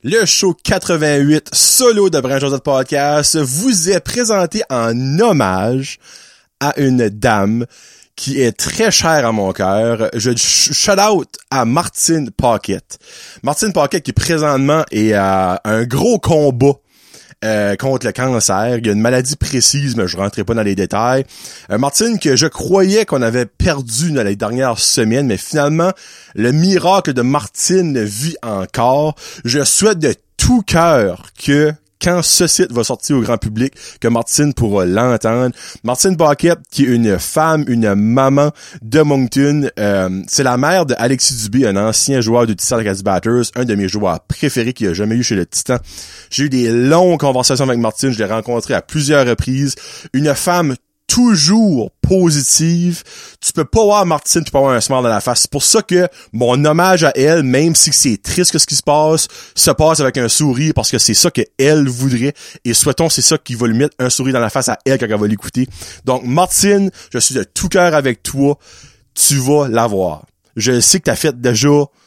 Le show 88 solo de Brand Josette Podcast vous est présenté en hommage à une dame qui est très chère à mon cœur. Je shout out à Martine Paquette. Martine Paquette qui présentement est à un gros combat contre le cancer. Il y a une maladie précise, mais je rentrerai pas dans les détails. Martine, que je croyais qu'on avait perdu dans les dernières semaines, mais finalement, le miracle de Martine vit encore. Je souhaite de tout cœur que quand ce site va sortir au grand public, que Martine pourra l'entendre. Martine Paquette, qui est une femme, une maman de Moncton, c'est la mère de Alexis Dubé, un ancien joueur du Titan Acadie Batters, un de mes joueurs préférés qu'il y a jamais eu chez le Titan. J'ai eu des longues conversations avec Martine, je l'ai rencontrée à plusieurs reprises. Une femme toujours positive. Tu peux pas voir Martine, tu peux avoir un smile dans la face. C'est pour ça que mon hommage à elle, même si c'est triste que ce qui se passe avec un sourire, parce que c'est ça qu'elle voudrait. Et souhaitons, c'est ça qui va lui mettre un sourire dans la face à elle quand elle va l'écouter. Donc, Martine, je suis de tout cœur avec toi. Tu vas l'avoir. Je sais que t'as fait déjà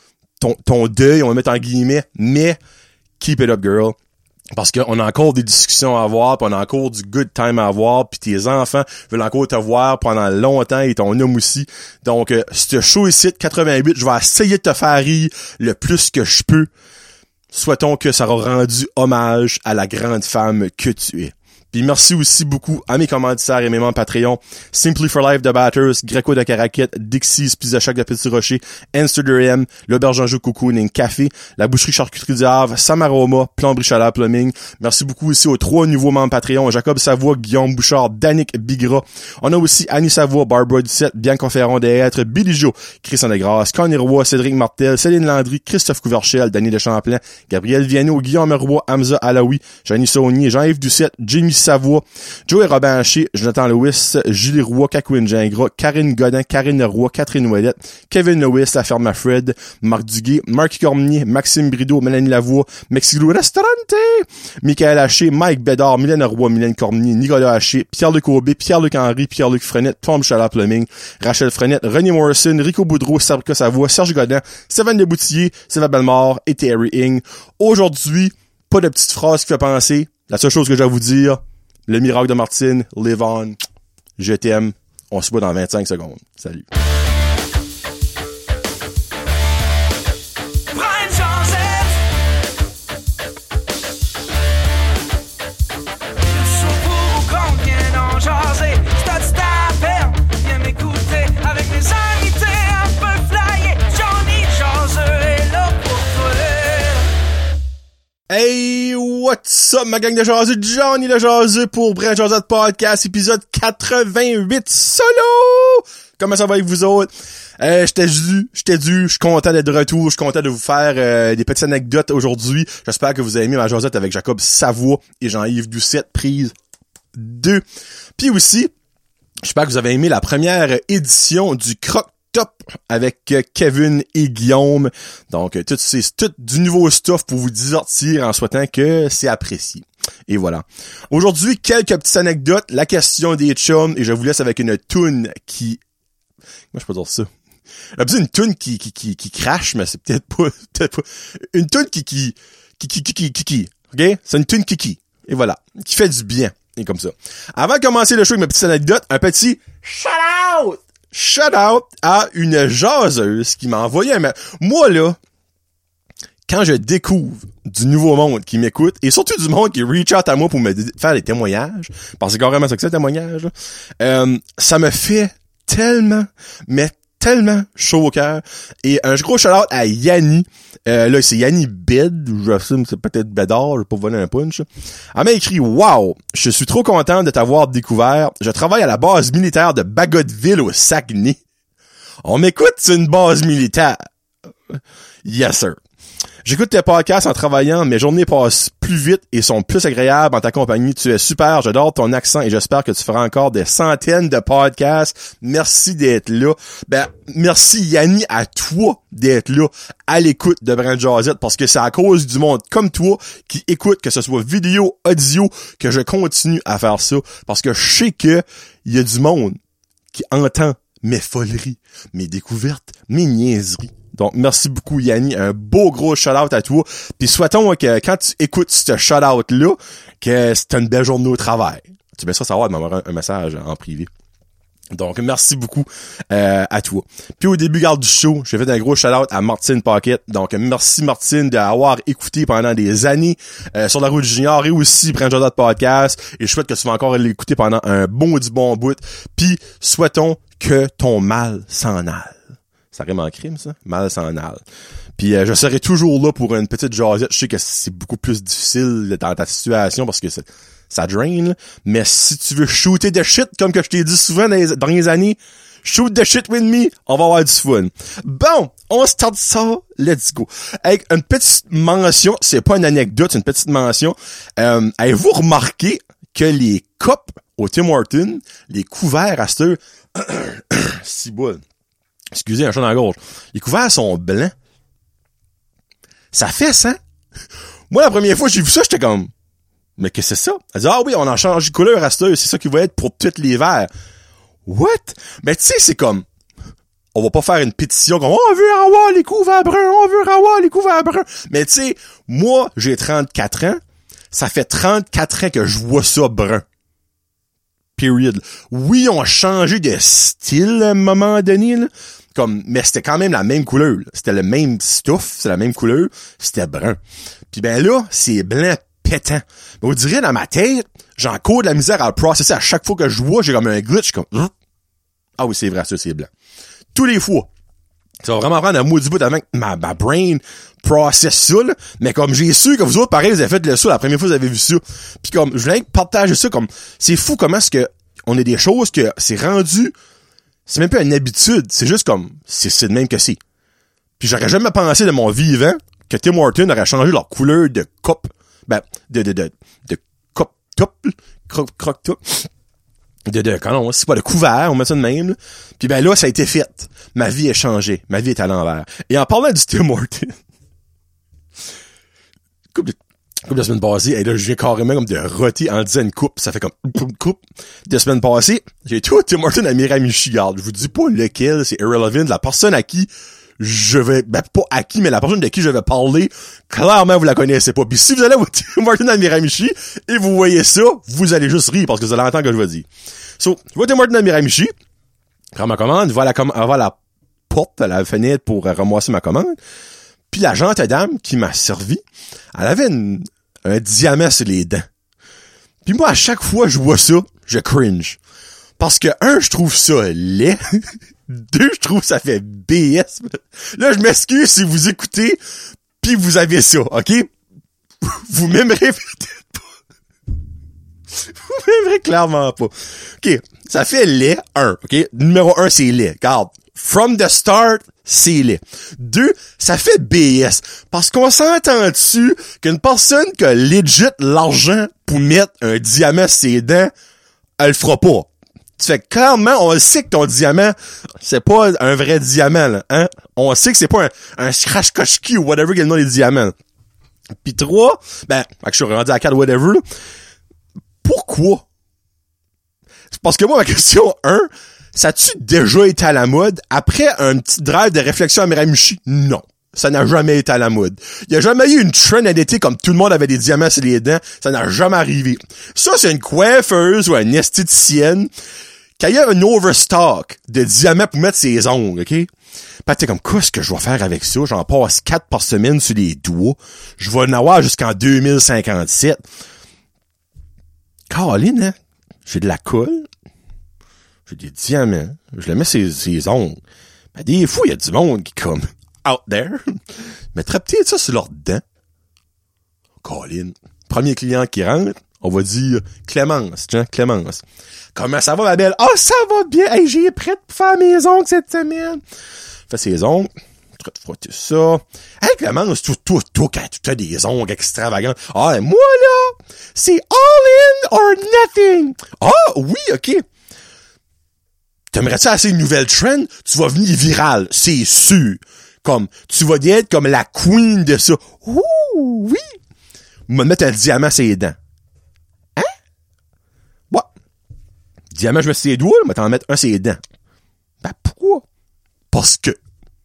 ton deuil, on va le mettre en guillemets, mais keep it up, girl. Parce qu'on a encore des discussions à avoir, puis on a encore du good time à avoir, puis tes enfants veulent encore te voir pendant longtemps, et ton homme aussi. Donc, ce show ici, 88, je vais essayer de te faire rire le plus que je peux. Souhaitons que ça aura rendu hommage à la grande femme que tu es. Puis merci aussi beaucoup à mes commanditaires et mes membres Patreon, Simply for Life de Batters, Greco de Caraquette, Dixie's Pizza Shack de Petit Rocher, Enster de M, l'Auberge Anjou Cocooning Café, la Boucherie Charcuterie du Havre, Samaroma, Plomberie Chaleur Plumbing. Merci beaucoup aussi aux 3 nouveaux membres Patreon, Jacob Savoie, Guillaume Bouchard, Danick Bigra. On a aussi Annie Savoie, Barbara Ducette, Bianca Ferron d'être, Billy Joe, Christian Degrasse, Connie Roy, Cédric Martel, Céline Landry, Christophe Couverchel, Danny de Champlain, Gabriel Viano, Guillaume Roy, Hamza Alaoui, Jeannie Saunier, Jean-Yves Ducette, Jamie Savoie, Joey Robin Haché, Jonathan Lewis, Julie Roy, Cacouine Gingras, Karine Godin, Karine Roy, Catherine Ouellette, Kevin Lewis, La Ferme Fred, Marc Duguay, Marc Cormier, Maxime Brideau, Mélanie Lavoie, Mexilou Restaurante, Michael Haché, Mike Bédard, Mylène Roy, Mylène Cormier, Nicolas Haché, Pierre-Luc Aubé, Pierre-Luc Henry, Pierre-Luc Frenette, Tom Chalard Plumbing, Rachel Frenette, René Morrison, Rico Boudreau, Sabrica Savoie, Serge Godin, Stéphane Deboutillier, Sylvain Bellemare et Terry Ing. Aujourd'hui, pas de petite phrase qui fait penser. La seule chose que j'ai à vous dire, le miracle de Martine, live on, je t'aime, on se voit dans 25 secondes. Salut. Hey, what's up, ma gang de jaseux? Johnny le jaseux pour Brand Josette Podcast, épisode 88 solo! Comment ça va avec vous autres? J'étais dû, je suis content d'être de retour, je suis content de vous faire des petites anecdotes aujourd'hui. J'espère que vous avez aimé ma jasette avec Jacob Savoie et Jean-Yves Doucette, prise 2. Puis aussi, j'espère que vous avez aimé la première édition du Croc Top avec Kevin et Guillaume. Donc, tout du nouveau stuff pour vous divertir en souhaitant que c'est apprécié. Et voilà. Aujourd'hui, quelques petites anecdotes, la question des chums, et je vous laisse avec une toune qui... Moi, je peux dire ça. C'est une toune qui crache, mais c'est peut-être pas. Une toune qui. OK? C'est une toune qui. Et voilà. Qui fait du bien. Et comme ça. Avant de commencer le show avec ma petite anecdote, un petit shout-out! Shout-out à une jaseuse qui m'a envoyé un... Moi, là, quand je découvre du nouveau monde qui m'écoute, et surtout du monde qui reach out à moi pour me faire des témoignages, parce que c'est carrément ça que c'est, un témoignage, ça me fait tellement, mais tellement chaud au cœur. Et un gros shout-out à Yanni. Là, c'est Yanni Bed. J'assume c'est peut-être Bédard. Je vais pas voler un punch. Elle m'a écrit « Wow! Je suis trop content de t'avoir découvert. Je travaille à la base militaire de Bagotville au Saguenay. » On m'écoute, c'est une base militaire. Yes, sir. J'écoute tes podcasts en travaillant, mes journées passent plus vite et sont plus agréables en ta compagnie. Tu es super, j'adore ton accent et j'espère que tu feras encore des centaines de podcasts. Merci d'être là. Merci Yanni à toi d'être là à l'écoute de Brand Josette parce que c'est à cause du monde comme toi qui écoute, que ce soit vidéo, audio, que je continue à faire ça parce que je sais que il y a du monde qui entend mes foleries, mes découvertes, mes niaiseries. Donc, merci beaucoup, Yanni. Un beau gros shout-out à toi. Puis souhaitons que quand tu écoutes ce shout-out-là, que c'est une belle journée au travail. Tu mets ça savoir de m'envoyer un message en privé. Donc, merci beaucoup à toi. Puis au début, garde du show, j'ai fait un gros shout-out à Martine Pocket. Donc, merci Martine d'avoir écouté pendant des années sur la route du junior et aussi Prince Joseph Podcast. Et je souhaite que tu vas encore l'écouter pendant un bon bout. Puis, souhaitons que ton mal s'en aille. Ça rime en crime, ça? Mal s'en aille. Puis je serai toujours là pour une petite jasette. Je sais que c'est beaucoup plus difficile dans ta situation parce que ça drain, mais si tu veux shooter de shit, comme que je t'ai dit souvent dans les dernières années, shoot the shit with me, on va avoir du fun. Bon, on start ça, let's go. Avec une petite mention, c'est pas une anecdote, c'est une petite mention. Avez-vous remarqué que les cups au Tim Hortons, les couverts à ce si boule. Excusez, un chat dans la gorge. Les couverts sont blancs. Ça fait ça. Moi, la première fois que j'ai vu ça, j'étais comme, mais qu'est-ce que c'est ça? Elle dit, ah oui, on a changé de couleur à c'est ça qui va être pour tous les verres. What? Mais tu sais, c'est comme, on va pas faire une pétition comme, on veut avoir les couverts bruns, on veut avoir les couverts bruns. Mais tu sais, moi, j'ai 34 ans. Ça fait 34 ans que je vois ça brun. Period. Oui, on a changé de style à un moment donné, là. Mais c'était quand même la même couleur. Là. C'était le même stuff, c'est la même couleur, c'était brun. Puis ben là, c'est blanc pétant. Mais on dirait dans ma tête, j'en cours de la misère à le processer. À chaque fois que je vois, j'ai comme un glitch, comme ah oui, c'est vrai, ça, c'est blanc. Tous les fois. Ça va vraiment prendre un mot du bout avant que ma brain processe ça, là. Mais comme j'ai su que vous autres, pareil, vous avez fait le ça la première fois que vous avez vu ça. Puis comme, je voulais partager ça, comme, c'est fou comment est-ce que on a des choses que c'est rendu, c'est même pas une habitude, c'est juste comme, c'est de même que c'est. Puis j'aurais jamais pensé de mon vivant que Tim Hortons aurait changé leur couleur de coupe, ben, de coupe top, croque top. Non, c'est pas de couvert, on met ça de même, là. Puis ben là, ça a été fait. Ma vie a changé. Ma vie est à l'envers. Et en parlant du Tim Hortons, coupe de semaine passée, et là, je viens carrément comme de roter en disant une coupe. Ça fait comme une coupe. De semaine passée, j'ai tout Tim Hortons à Miramichi. Garde, je vous dis pas lequel, c'est irrelevant. La personne à qui je vais, ben pas à qui, mais la personne de qui je vais parler, clairement vous la connaissez pas. Puis si vous allez au Tim Hortons à Miramichi et vous voyez ça, vous allez juste rire parce que vous allez entendre que je vais dire. So, je vais au Tim Hortons à Miramichi, prends ma commande, va à la porte, à la fenêtre pour ramasser ma commande. Puis la gentille dame qui m'a servi, elle avait un diamant sur les dents. Puis moi, à chaque fois que je vois ça, je cringe. Parce que, je trouve ça laid. 2, je trouve ça fait BS. Là, je m'excuse si vous écoutez, puis vous avez ça, OK? Vous m'aimerez peut-être pas. Vous m'aimerez clairement pas. OK, ça fait laid, 1, OK? Numéro 1, c'est laid. Regarde, from the start, c'est laid. 2, ça fait BS. Parce qu'on s'entend dessus qu'une personne qui a legit l'argent pour mettre un diamant sur ses dents, elle le fera pas. Tu fais clairement, on sait que ton diamant, c'est pas un vrai diamant, là, hein? On sait que c'est pas un scratch koshki ou whatever qu'est le nom des diamants. Puis 3, ben, je suis rendu à 4 whatever, là. Pourquoi? Parce que moi, ma question 1, ça a-tu déjà été à la mode après un petit drive de réflexion à Miramichi? Non. Ça n'a jamais été à la mode. Il n'y a jamais eu une trend à l'été comme tout le monde avait des diamants sur les dents. Ça n'a jamais arrivé. Ça, c'est une coiffeuse ou une esthéticienne qui a eu un overstock de diamants pour mettre ses ongles, OK? Puis t'es comme, qu'est-ce que je vais faire avec ça? J'en passe 4 par semaine sur les doigts. Je vais en avoir jusqu'en 2057. Caroline, hein? J'ai de la colle. J'ai des diamants. Je les mets ses ongles. Ben, des fois, il y a du monde qui comme out there. Mettrait peut-être ça sur leurs dents. Colin. Premier client qui rentre, on va dire Clémence, tiens, Clémence. Comment ça va, ma belle? Ah, ça va bien. Hey, j'ai prête pour faire mes ongles cette semaine. Fais ses ongles. Tu te frottes ça. Hey, Clémence, toi, quand tu as des ongles extravagants. Ah, moi, là, c'est all in or nothing. Ah, oui, OK. T'aimerais-tu assez une nouvelle trend? Tu vas venir viral, c'est sûr. Comme, tu vas être comme la queen de ça. Ouh, oui! Me mettre un diamant sur les dents. Hein? Ouais. Diamant, je mets sur les doigts, mais t'en mettre un sur les dents. Ben, pourquoi? Parce que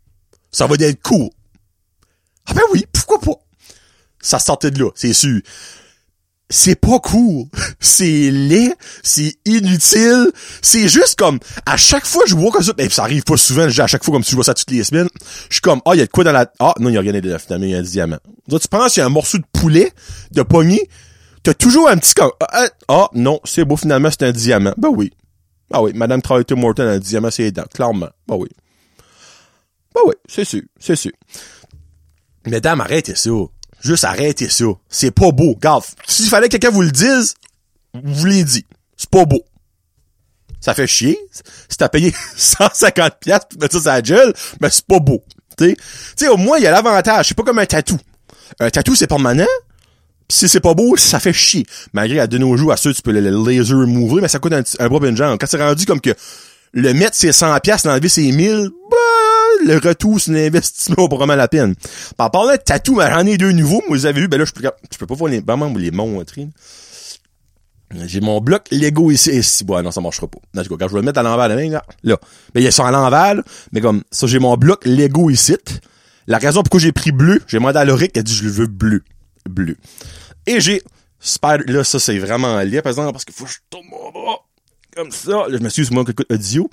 Ça va être cool. Ah ben oui, pourquoi pas? Ça sortait de là, c'est sûr. C'est pas cool. C'est laid. C'est inutile. C'est juste comme, à chaque fois que je vois comme ça, et ça arrive pas souvent, à chaque fois comme si je vois ça toutes les semaines, je suis comme, il y a de quoi dans la, non, il y a rien de finalement, il y a un diamant. Donc, tu penses qu'il y a un morceau de poulet, de poignée, t'as toujours un petit comme, non, c'est beau, finalement, c'est un diamant. Ben oui. Ah oui, Madame Troy Morton a un diamant, c'est les dents, clairement. Ben oui. Ben oui, c'est sûr. Mesdames, arrêtez ça. Juste arrêtez ça. C'est pas beau. Regarde, s'il fallait que quelqu'un vous le dise, vous l'ai dit. C'est pas beau. Ça fait chier. Si t'as payé 150$ pour mettre ça sur la gueule, mais c'est pas beau. Tu sais, au moins, il y a l'avantage. C'est pas comme un tatou. Un tatou, c'est permanent. Pis si c'est pas beau, ça fait chier. Malgré, à de nos jours, à ceux, tu peux le laser remover, mais ça coûte un bras et une jambe. Quand c'est rendu comme que le mettre, c'est 100$, l'enlever, c'est 1000$, le retour, c'est un investissement pour vraiment la peine. Par parlant de tatou, j'en ai deux nouveaux. Moi, vous avez vu, ben là, je peux pas voir vraiment vous les montrer. J'ai mon bloc Lego ici. Bon, non, ça marchera pas. En tout cas, quand je vais le mettre à l'envers, là. Ben, ils sont à l'envers, là, mais comme, ça, j'ai mon bloc Lego ici. La raison pourquoi j'ai pris bleu, j'ai demandé à Loric, elle a dit, je le veux bleu. Et j'ai Spider, là, ça, c'est vraiment laid, par exemple, parce qu'il faut que je tourne mon bras. Comme ça. Là, je m'excuse, moi, quelqu'un audio.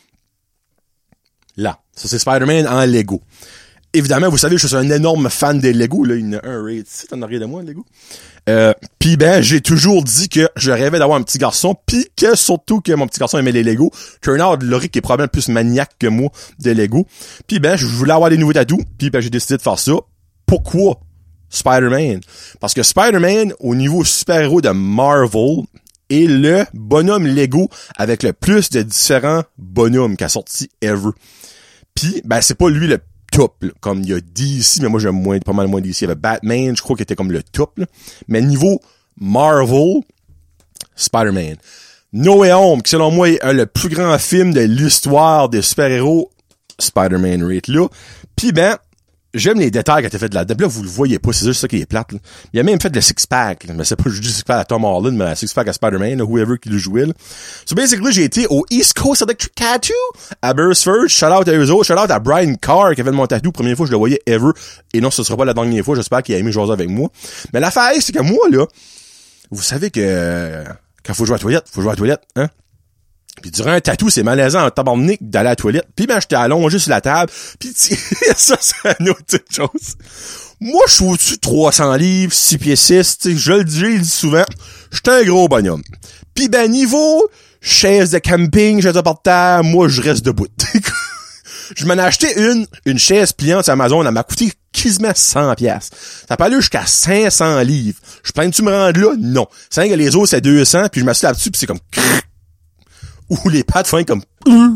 Là. Ça, c'est Spider-Man en Lego. Évidemment, vous savez, je suis un énorme fan des Lego, là. Il y en a un raid ici, t'en as rien de moi, Lego. Pis ben, j'ai toujours dit que je rêvais d'avoir un petit garçon, pis que surtout que mon petit garçon aimait les Lego. Turn out, Laurie qui est probablement plus maniaque que moi de Lego. Pis ben, je voulais avoir des nouveaux tatous, pis ben, j'ai décidé de faire ça. Pourquoi Spider-Man? Parce que Spider-Man, au niveau super-héros de Marvel, est le bonhomme Lego avec le plus de différents bonhommes qu'a sorti ever. Pis, ben, c'est pas lui le top, là. Comme il y a DC, mais moi j'aime pas mal moins DC. Il y avait Batman, je crois qu'il était comme le top, là. Mais niveau Marvel, Spider-Man. No Way Home, qui selon moi est le plus grand film de l'histoire des super-héros, Spider-Man rate là. Pis ben, j'aime les détails quand t'as fait de la... Là, vous le voyez pas, c'est juste ça qui est plate, là. Il a même fait le six-pack, là. Mais c'est pas, je dis six-pack à Tom Holland, mais le six-pack à Spider-Man, là, whoever qui le jouait, là. So, basically, j'ai été au East Coast Electric Tattoo, à Burstford. Shout out à eux autres. Shout out à Brian Carr, qui avait mon tattoo. Première fois que je le voyais ever. Et non, ce sera pas la dernière fois. J'espère qu'il a aimé jaser avec moi. Mais l'affaire, c'est que moi, là, vous savez que, quand faut jouer à la toilette, hein? Puis durant un tatou, c'est malaisant en tabarnak d'aller à la toilette. Puis ben, j'étais allongé sur la table. Puis ça, c'est une autre chose. Moi, je suis au-dessus de 300 livres, 6 pieds 6, je le dis souvent. J'étais un gros bonhomme. Puis ben, niveau chaise de camping, je par terre, moi, je reste debout. Je m'en ai acheté une chaise pliante sur Amazon, elle m'a coûté quasiment 100$. Ça peut aller jusqu'à 500 livres. Je plains-tu me rendre là? Non. C'est vrai que les autres, c'est 200, puis je m'assieds là-dessus, puis c'est comme... Ou les pattes font comme...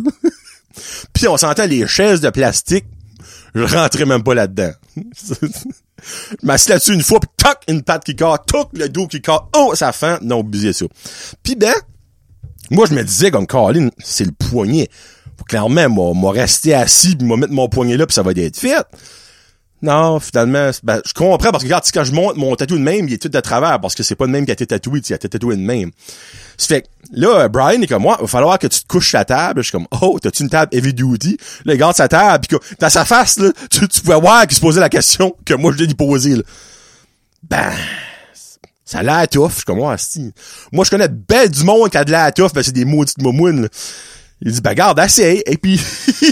Puis on s'entend les chaises de plastique, je rentrais même pas là-dedans. Je m'assieds là-dessus une fois, puis toc, une patte qui casse, toc, le dos qui casse, oh, ça fend. Non, oubliez ça. Puis ben, moi je me disais comme, Colin, c'est le poignet. Faut clairement, moi rester assis, puis moi mettre mon poignet là, puis ça va être fait. Non, finalement, ben, je comprends, parce que regarde, quand je monte mon tatou de même, il est tout de travers, parce que c'est pas le même qui a été tatoué, il a été tatoué de même. Ça fait que, là, Brian est comme moi, il va falloir que tu te couches à la table. Je suis comme, oh, t'as-tu une table heavy duty? Là, il garde sa table, pis que, dans sa face, là, tu pouvais voir qu'il se posait la question que moi, je l'ai poser, là. Ben, ça a l'air tough. Je suis comme, moi, si. Moi, je connais ben du monde qui a de l'air tough, ben, c'est des maudites momounes, là. Il dit, ben, garde, assez, et puis,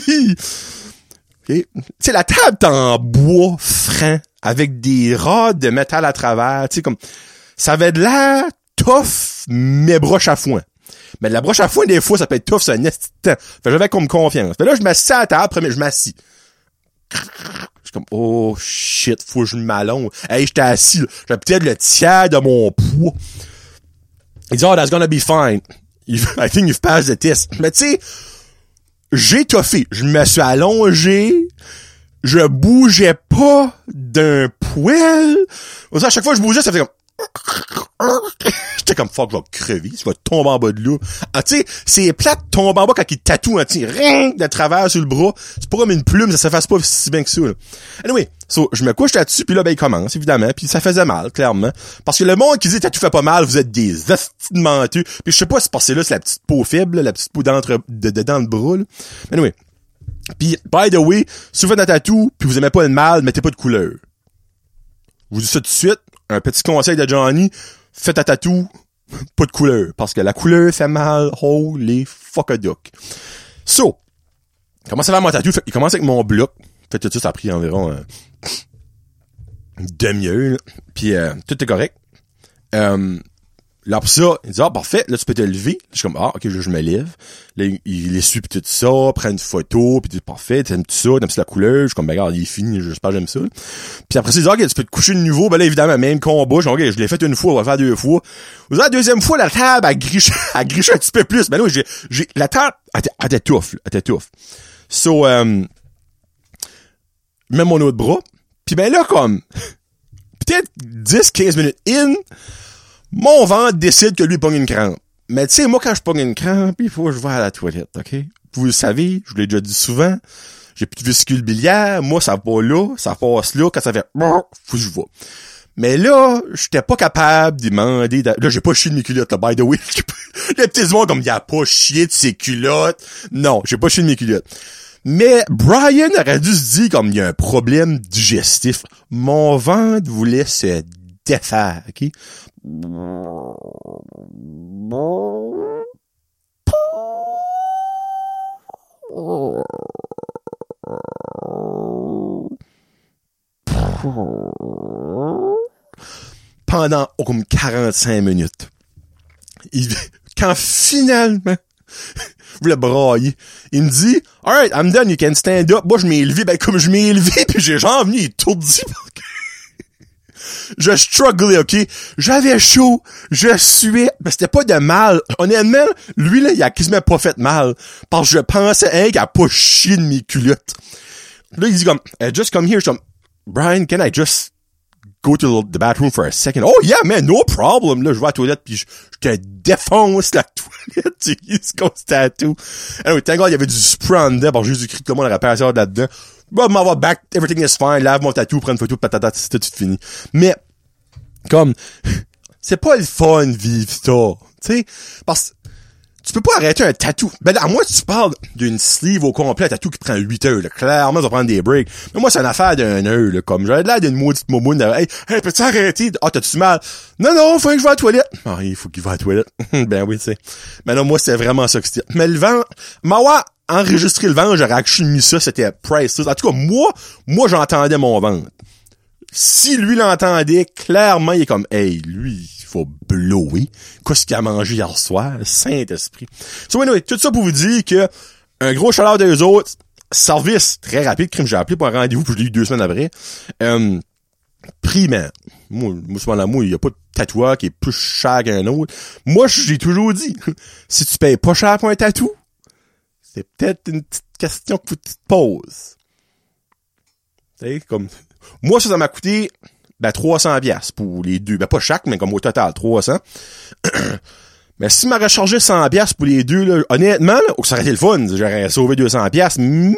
tu sais, la table est en bois franc, avec des rods de métal à travers, tu sais, comme, ça avait de l'air tough, mais broche à foin. Mais la broche à foin, des fois, ça peut être tough, c'est un esti de temps. Fait que j'avais comme confiance. Fait là, je m'assis à la table, premier, je m'assis. Je suis comme, oh shit, faut que je m'allonge. Hey, j'étais assis, là. J'avais peut-être le tiers de mon poids. Il dit, oh, that's gonna be fine. I think you've passed the test. Mais tu sais, j'ai toffé. Je me suis allongé. Je bougeais pas d'un poil. À chaque fois que je bougeais, ça faisait comme... J'étais comme, fuck, je vais crever, tu vas tomber en bas de là. Ah, tu sais, c'est plate de tomber en bas quand il tatoue, hein, tu sais, rien de travers sur le bras. C'est pas comme une plume, ça s'efface pas si bien que ça, là. Anyway, so, je me couche là-dessus, puis là, ben, il commence, évidemment, puis ça faisait mal, clairement. Parce que le monde qui dit tatou fait pas mal, vous êtes des astis de menteux. Puis je sais pas si parce que là, c'est la petite peau faible, là, la petite peau dedans le bras, là. Anyway. Puis, by the way, si vous faites un tatou, puis vous aimez pas le mâle, mettez pas de couleur. Je vous dis ça tout de suite, un petit conseil de Johnny, faites un tatou, pas de couleur, parce que la couleur fait mal, holy fuck a duck. So, comment ça va mon tatou? Il commence avec mon bloc. Fait tout ça a pris environ une demi-heure, puis tout est correct. Là, pour ça, il dit, ah, parfait, là, tu peux te lever. Je suis comme, ah, ok, je me lève. Là, il essuie pis tout ça, prend une photo, pis dit, parfait, t'aimes tout ça, t'aimes la couleur. Je suis comme, ben, regarde, il est fini, j'espère que j'aime ça. Puis après, il dit, ok, tu peux te coucher de nouveau. Ben là, évidemment, même combat. Je dis, ok, je l'ai fait une fois, on va le faire deux fois. La deuxième fois, la table, elle griche un petit peu plus. Ben là, la table, elle était tough. So, même mon autre bras. Puis ben là, comme, peut-être 10-15 minutes in, mon ventre décide que lui pogne une crampe. Mais tu sais, moi, quand je pogne une crampe, il faut que je vais à la toilette, OK? Vous le savez, je vous l'ai déjà dit souvent, j'ai plus de vésicule biliaire, moi, ça va pas là, ça passe là, quand ça fait faut que je vais. Mais là, j'étais pas capable de demander... Là, j'ai pas chié de mes culottes, là, by the way. Les petits mots comme, il a pas chié de ses culottes. Non, j'ai pas chié de mes culottes. Mais Brian aurait dû se dire comme il y a un problème digestif. Mon ventre voulait se défaire, OK? Pendant comme 45 minutes. Quand finalement je voulais brailler, il me dit alright, I'm done, you can stand up. Moi je m'ai élevé, ben comme je m'ai élevé, puis j'ai genre venu étourdi. Je strugglais, ok? J'avais chaud, je suais, mais c'était pas de mal. Honnêtement, lui, là, il a quasiment pas fait mal. Parce que je pensais, qu'il a pas chié de mes culottes. Là, il dit comme, just come here. Je suis comme, Brian, can I just go to the bathroom for a second? Oh yeah, man, no problem. Là, je vais à la toilette pis je te défonce la toilette. Tu East Coast Tattoo. Anyway, thank God, il y avait du spray en dedans. Bon, Jésus-Christ, comment on aurait passé là-dedans. Bah, m'en va back, everything is fine, lave mon tatou, prends une photo, patata, c'est tout fini. Mais, comme, c'est pas le fun vivre ça. Tu sais, parce que tu peux pas arrêter un tatou. Ben, à moi, tu parles d'une sleeve au complet, un tatou qui prend 8 heures, là. Clairement, ça va prendre des breaks. Mais moi, c'est une affaire d'un heure, là. Comme, j'avais l'air d'une maudite momoune. Hey, peux-tu arrêter? Ah, t'as-tu mal? Non, faut que je vais à la toilette. Ah, il faut qu'il va à la toilette. Ben oui, tu sais. Mais non, moi, c'est vraiment ça que c'était. Mais le vent, enregistrer le ventre, j'aurais actually mis ça, c'était priceless. En tout cas, moi, j'entendais mon ventre. Si lui l'entendait, clairement, il est comme, hey, lui, il faut blower. Qu'est-ce qu'il a mangé hier soir? Saint-Esprit. So, anyway, tout ça pour vous dire que, un gros chaleur d'eux autres, service très rapide, crime, j'ai appelé pour un rendez-vous, puis je l'ai eu 2 semaines après. Prix, man. Moi, il y a pas de tatouage qui est plus cher qu'un autre. Moi, j'ai toujours dit, si tu payes pas cher pour un tatou, c'est peut-être une petite question que tu te poses. Tu sais, comme, moi, ça m'a coûté, 300 piastres pour les deux. Ben, pas chaque, mais comme au total, 300. Mais si m'aurait chargé 100 piastres pour les deux, là, honnêtement, là, ça aurait été le fun. J'aurais sauvé 200 piastres, mais,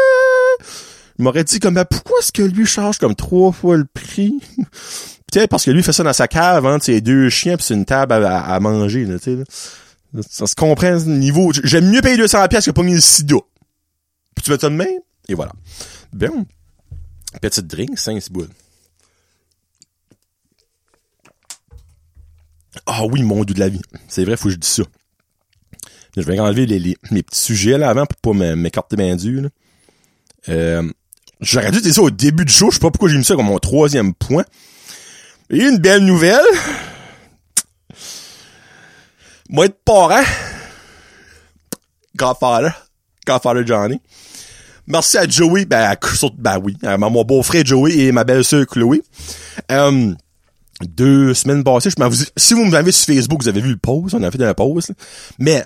je m'aurais dit comme, pourquoi est-ce que lui charge comme 3 fois le prix? Peut-être parce que lui fait ça dans sa cave, hein, ses 2 chiens pis c'est une table à manger, là, tu sais, là. Ça se comprend, ce niveau. J'aime mieux payer 200$ que pas 1000 sida. Puis tu veux ça de même? Et voilà. Bien. Petite drink, 5 boules. Ah oui, mon dieu de la vie. C'est vrai, faut que je dise ça. Je vais enlever mes petits sujets, là, avant, pour pas m'écarter bien dur, là. J'aurais dû dire ça au début du show. Je sais pas pourquoi j'ai mis ça comme mon 3e point. Et une belle nouvelle. Moi, être parent. Godfather Johnny. Merci à Joey, oui, à mon beau-frère Joey et ma belle-sœur Chloé. 2 semaines passées, si vous m'avez sur Facebook, vous avez vu le post, on a fait un post, là. Mais,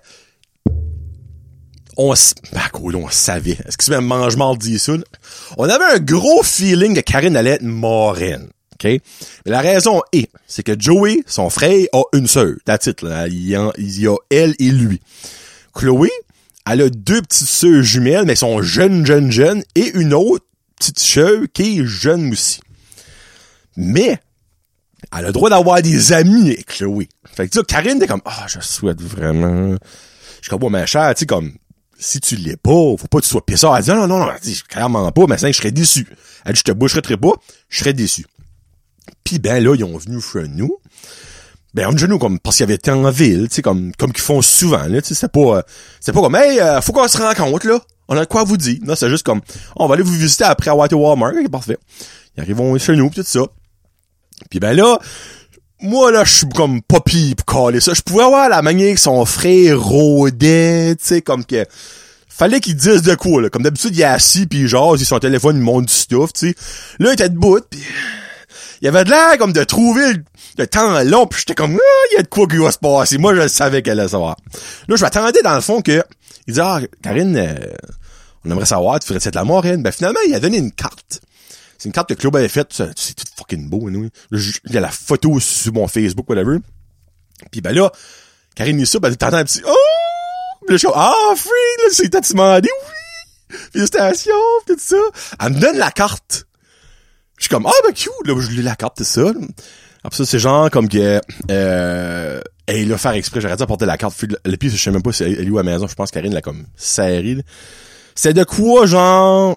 on savait. Est-ce que c'est même mange-mal dit ça, là? On avait un gros feeling que Karine allait être moraine. OK? Mais la raison c'est que Joey, son frère, a une sœur. That's it, là. Il y a elle et lui. Chloé, elle a 2 petites sœurs jumelles, mais elles sont jeunes, et une autre petite sœur qui est jeune aussi. Mais, elle a le droit d'avoir des amis avec Chloé. Fait que, tu sais, Karine était comme, je souhaite vraiment. Je suis comme, ma chère, tu sais, comme, si tu l'es pas, faut pas que tu sois pissé. Elle dit, non, elle dit, clairement pas, mais je serais déçu. Elle dit, je te boucherai pas, je serais déçu. Puis ben là, ils ont venu chez nous. Ben, on est chez nous, comme, parce qu'ils avaient été en ville, tu sais, comme qu'ils font souvent, là, tu sais, c'est pas comme, hey, faut qu'on se rencontre, là. On a de quoi vous dire. Non, c'est juste comme, on va aller vous visiter après à Walmart, ok, parfait. Ils arrivent chez nous, pis tout ça. Puis ben là, moi, là, je suis comme pas pire pour caler ça. Je pouvais avoir la manière que son frère rôdait, tu sais, comme que, fallait qu'il dise de quoi, là. Comme d'habitude, il est assis, pis genre, sur son téléphone, il monte du stuff, tu sais. Là, il était debout, pis il avait de l'air comme de trouver le temps long, pis j'étais comme, il y a de quoi qui va se passer. Moi, je savais qu'elle allait savoir. Là, je m'attendais dans le fond que, il dit, Karine, on aimerait savoir, tu ferais-tu de la moraine? Ben, finalement, il a donné une carte. C'est une carte que Claude avait faite, c'est tout fucking beau, nous. Il y a la photo sur mon Facebook, whatever. Pis ben là, Karine dit ça, ben, t'entends un petit, oh! Pis là, je suis comme, free, là, c'est t'as-tu demandé? Oui! Félicitations, pis tout ça. Elle me donne la carte. Je suis comme, ben cute, là, je lis la carte, c'est ça. Après ça, c'est genre comme que, il l'a fait exprès, j'aurais dû apporter la carte. Le pire, je sais même pas si elle est où à la maison, je pense que Karine l'a comme serré, là. C'est de quoi, genre,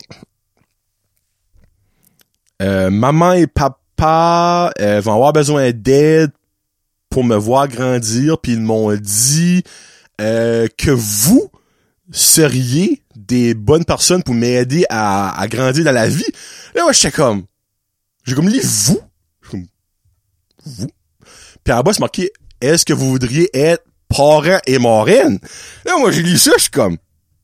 maman et papa vont avoir besoin d'aide pour me voir grandir, puis ils m'ont dit que vous seriez des bonnes personnes pour m'aider à grandir dans la vie. Là, moi, j'ai comme lu vous. Vous. Puis en bas, c'est marqué, est-ce que vous voudriez être parents et marraines? Là, moi, j'ai lu ça, je suis comme,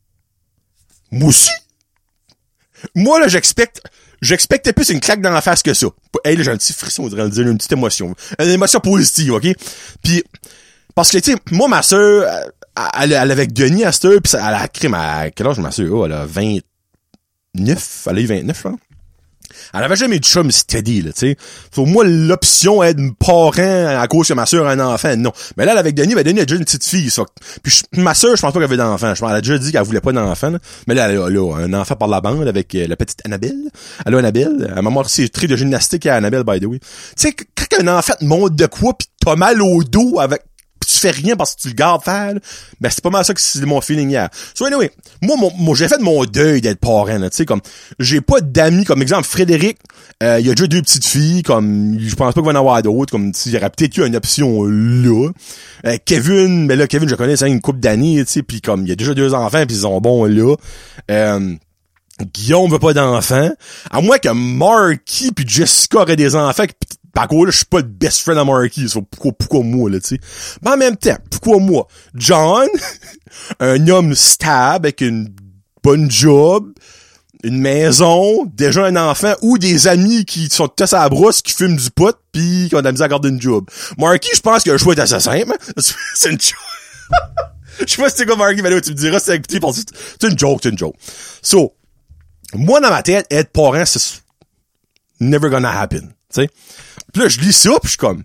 moi aussi. Moi, là, j'expectais plus une claque dans la face que ça. Hey, là, j'ai un petit frisson, on dirait dire, une petite émotion. Une émotion positive, ok? Puis, parce que, tu sais, moi, ma sœur, elle avec Denis à cette heure, pis elle a crime à quel âge ma sœur? Elle a 29, elle a eu 29, je pense. Elle avait jamais eu de chum steady, là, tu sais. Pour moi, l'option est de parent à cause que ma sœur a un enfant, non. Mais là, avec Denis, Denis a déjà une petite fille, ça. Puis ma sœur, je pense pas qu'elle avait d'enfant. Elle a déjà dit qu'elle voulait pas d'enfant, là. Mais là, elle a un enfant par la bande avec la petite Annabelle. Elle a Annabelle. Elle m'a montré ses trucs de gymnastique à Annabelle, by the way. Tu sais, quand un enfant te montre de quoi pis t'as mal au dos avec, pis tu fais rien parce que tu le gardes faire, là, ben c'est pas mal ça que c'est mon feeling hier. So anyway, moi j'ai fait mon deuil d'être parent, là, tu sais, comme j'ai pas d'amis, comme exemple Frédéric, il y a déjà 2 petites filles, comme je pense pas qu'il va y en avoir d'autres, comme il y aurait peut-être eu une option là. Kevin, mais là Kevin je connais, c'est une couple d'années, tu sais, puis comme il y a déjà 2 enfants puis ils sont bons là. Guillaume veut pas d'enfants, à moins que Marky puis Jessica auraient des enfants. Par contre, là, je suis pas le best friend à Marky. Pourquoi moi, là, tu sais? Mais en même temps, pourquoi moi? John, un homme stable avec une bonne job, une maison, déjà un enfant, ou des amis qui sont tous à la brousse, qui fument du pot, pis qui ont de la misère à garder une job. Marky, je pense que le choix est assez simple. C'est une joke. Je sais pas si c'est quoi Marky, mais là, tu me diras, c'est une joke, So, moi, dans ma tête, être parent, c'est never gonna happen, tu sais? Pis là, je lis ça, pis je suis comme,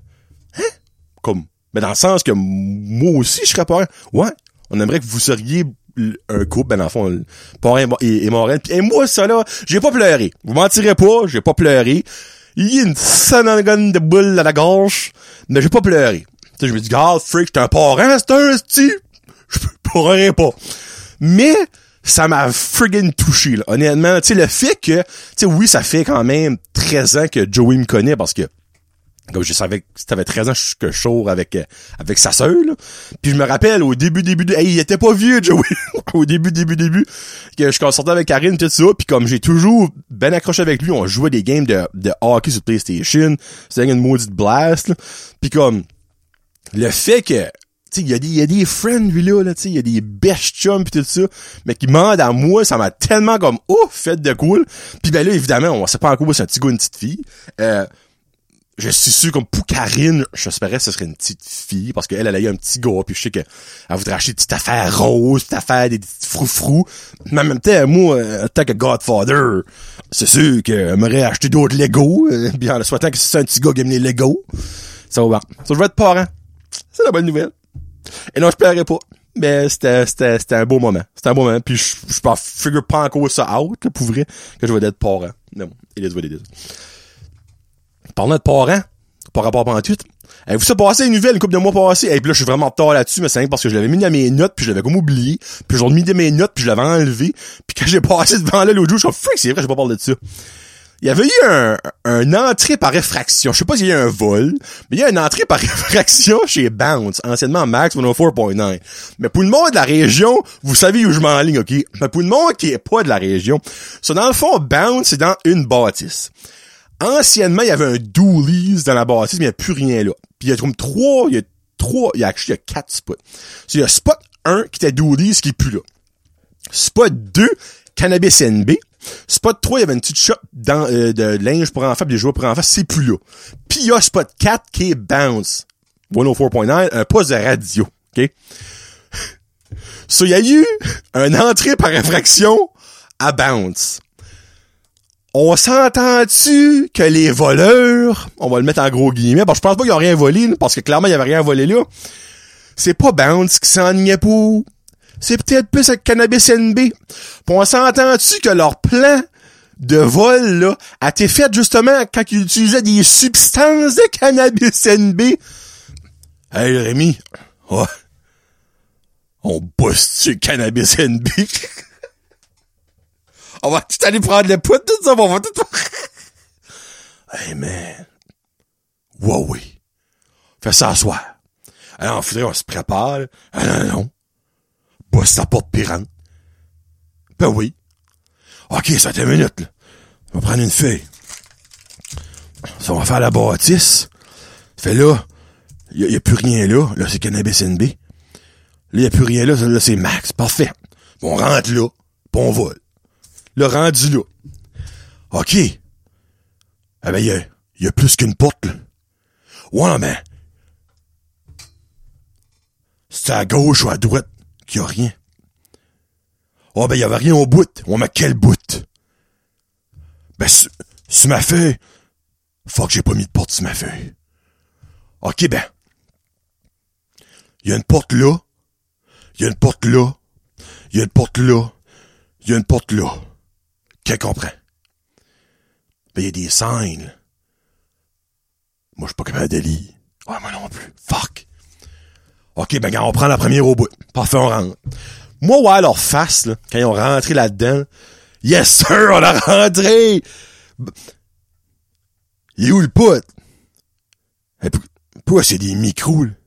mais dans le sens que moi aussi, je serais parent. Ouais, on aimerait que vous seriez un couple, ben dans le fond, parent et marraine. Et moi, ça là, j'ai pas pleuré. Vous mentirez pas, j'ai pas pleuré. Il y a une sanagane de boule à la gorge, mais j'ai pas pleuré. Tu sais, je me dis, God, freak, t'es un parent, c'est un style. Je pleurerais pas. Mais, ça m'a friggin' touché, là. Honnêtement, tu sais, le fait que, tu sais, oui, ça fait quand même 13 ans que Joey me connaît parce que, comme je savais que ça avait 13 ans que je sors avec sa sœur, là. Puis je me rappelle, au début, il était pas vieux, Joey. Au début, que je sortais avec Karine, tout ça, puis comme j'ai toujours ben accroché avec lui, on jouait des games de hockey sur PlayStation, c'était une maudite blast, là. Puis comme, le fait que, tu sais, il y a des friends, lui, là, tu sais, il y a des best chums pis tout ça, mais qui demandent à moi, ça m'a tellement comme, fait de cool. Puis ben là, évidemment, on sait pas encore si c'est un petit gars ou une petite fille. Je suis sûr, comme pour Karine, j'espérais que ce serait une petite fille, parce qu'elle, elle a eu un petit gars, puis je sais qu'elle voudrait acheter des petites affaires roses, des petites affaires, des petits froufrous. Mais en même temps, moi, en tant que Godfather, c'est sûr qu'elle m'aurait acheté d'autres Legos, bien en souhaitant que si c'est un petit gars qui aime les Legos, ça va bien. Ça, je vais être parent. C'est la bonne nouvelle. Et non, je pleurais pas. Mais c'était un beau moment. C'était un beau moment. Puis je figure pas encore ça out, là, pour vrai, que je vais être parent. Non, it is what it is. Parlant de parents, par rapport à tout. Vous ça passé une nouvelle, une couple de mois passés. Et puis là, je suis vraiment en retard là-dessus, mais c'est rien parce que je l'avais mis dans mes notes, puis je l'avais comme oublié. Puis j'ai remis dans mes notes, puis je l'avais enlevé. Puis quand j'ai passé devant là l'autre jour, je suis comme, c'est vrai, j'ai pas parlé de ça. Il y avait eu un entrée par effraction. Je sais pas s'il y a eu un vol, mais il y a une entrée par effraction chez Bounce, anciennement Max 104.9. Mais pour le monde de la région, vous savez où je m'enligne, ok? Mais pour le monde qui est pas de la région, ça, dans le fond, Bounce, c'est dans une bâtisse. Anciennement, il y avait un Doolies dans la bâtisse, mais il n'y a plus rien là. Puis il y a comme il y a 4 spots. So, il y a spot 1 qui était Doolies, qui est plus là. Spot 2, Cannabis NB. Spot 3, il y avait une petite shop de linge pour enfants, pis des jouets pour enfants, c'est plus là. Puis il y a spot 4 qui est Bounce 104.9, un poste de radio, ok? So, il y a eu une entrée par infraction à Bounce. On s'entend-tu que les voleurs, on va le mettre en gros guillemets, parce que je pense pas qu'ils ont rien volé, parce que clairement, il y avait rien volé là. C'est pas Bounce qui s'enlignait pour... C'est peut-être plus avec Cannabis NB. Puis on s'entend-tu que leur plan de vol, là, a été fait justement quand ils utilisaient des substances de Cannabis NB? Hey, Rémi, oh, on bosse-tu le Cannabis NB? On va tout aller prendre le poutre, tout ça, on va tout... Hey, man. Wow, oui. Fais ça à soir. Alors, on se prépare. Ah, non. Bosse la porte pirante. Ben oui. OK, ça fait une minute, là. On va prendre une feuille. Ça, on va faire la bâtisse. Fait là, il y a plus rien là. Là, c'est Cannabis NB. Là, il y a plus rien là. Là, c'est Max. Parfait. On rentre là, pis on vole. Là, rendu là. OK. Eh ben, il y a plus qu'une porte, là. Ouais, mais... C'est à gauche ou à droite qu'il y a rien. Oh, ben, il y avait rien au bout. Ouais, mais quel bout? Ben, sur ma feuille. Fuck, j'ai pas mis de porte sur ma feuille. OK, ben. Il y a une porte là. Il y a une porte là. Il y a une porte là. Il y a une porte là. Qu'elle comprend? Ben, il y a des signes, là. Moi, je suis pas capable de lire. Ah, moi non plus. Fuck. OK, ben, quand on prend la première au bout. Parfait, on rentre. Moi, ouais, leur face, là, quand ils ont rentré là-dedans, yes, sir, on a rentré! Il est où le pote? Hey, pourquoi c'est des micros, là?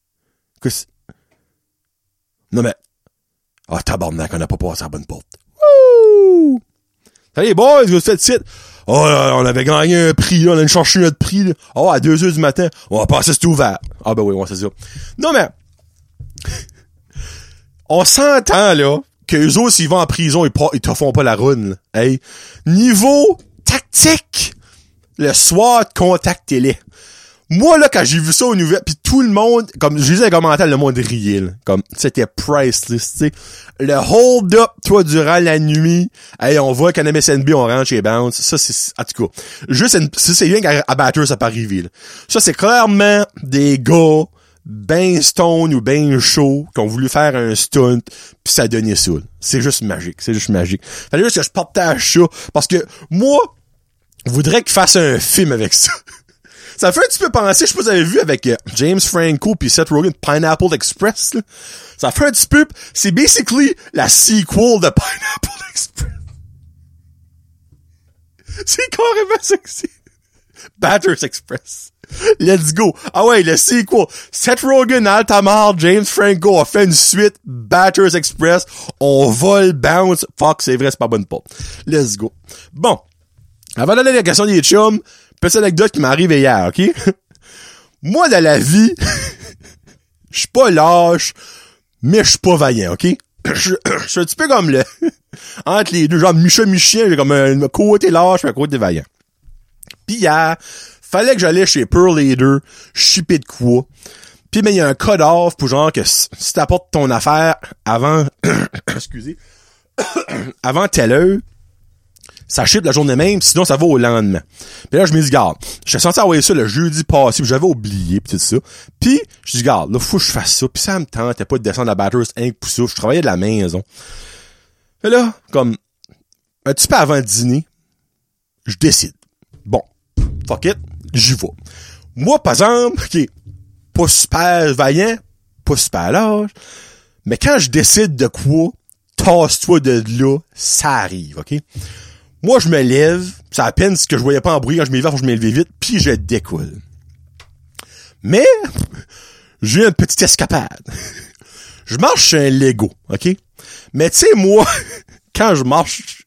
Non, mais... Ah, tabarnak, on n'a pas passé à la bonne porte. Wouh! Salut, boys, vous êtes site. Oh, là, on avait gagné un prix, là, on a cherché notre prix, là. Oh, à 2h du matin, on va passer, c'est ouvert. Ah, ben oui, ouais, c'est ça. Non, mais... On s'entend, là, qu'eux autres, s'ils vont en prison, ils te font pas la run, là. Hey. Niveau tactique, le SWAT, contactez-les. Moi, là, quand j'ai vu ça aux nouvelles, pis tout le monde, comme, j'ai vu un commentaire, le monde riait, là. Comme, c'était priceless, tu sais. Le hold-up, toi, durant la nuit. Hey, on voit Cannabis NB, on rentre chez Bounce. Ça, c'est, en tout cas. Juste, c'est bien qu'à Batters, ça peut arriver, là. Ça, c'est clairement des gars, ben stone ou ben chaud, qui ont voulu faire un stunt, pis ça a donné ça, là. C'est juste magique. C'est juste magique. Fallait juste que je partage ça. Parce que, moi, je voudrais qu'ils fassent un film avec ça. Ça fait un petit peu penser, je sais pas si vous avez vu avec James Franco pis Seth Rogen, Pineapple Express, là. Ça fait un petit peu, c'est basically la sequel de Pineapple Express. C'est carrément ça que c'est. Batters Express. Let's go. Ah ouais, le sequel. Seth Rogen, Altamar, James Franco a fait une suite, Batters Express. On vole, bounce. Fuck, c'est vrai, c'est pas bonne porte. Let's go. Bon. Avant d'aller à la question des chums, petite anecdote qui m'est arrivée hier, OK? Moi, dans la vie, je suis pas lâche, mais je suis pas vaillant, OK? Je suis un petit peu comme le... entre les deux, genre Michel, j'ai comme un côté lâche et un côté vaillant. Pis hier, fallait que j'allais chez Pearl Leader, shipper de quoi. Pis ben, il y a un cut-off pour genre que si t'apportes ton affaire avant... excusez. avant telle heure, ça ship la journée même, sinon ça va au lendemain. Puis là, je me dis, garde, j'étais censé envoyer ça le jeudi passé, puis j'avais oublié, pis tout ça. Puis, je dis, garde, là, faut que je fasse ça. Puis ça me tentait pas de descendre à Batters, un pour ça. Je travaillais de la maison. Et là, comme, un petit peu avant le dîner, je décide. Bon, fuck it, j'y vais. Moi, par exemple, OK, pas super vaillant, pas super large, mais quand je décide de quoi, tasse-toi de là, ça arrive, OK? Moi, je me lève, c'est à peine ce que je voyais pas en bruit quand je m'élevé, faut que je m'élevais vite, puis je découle. Mais, j'ai une petite escapade. Je marche sur un Lego, OK? Mais tu sais, moi, quand je marche.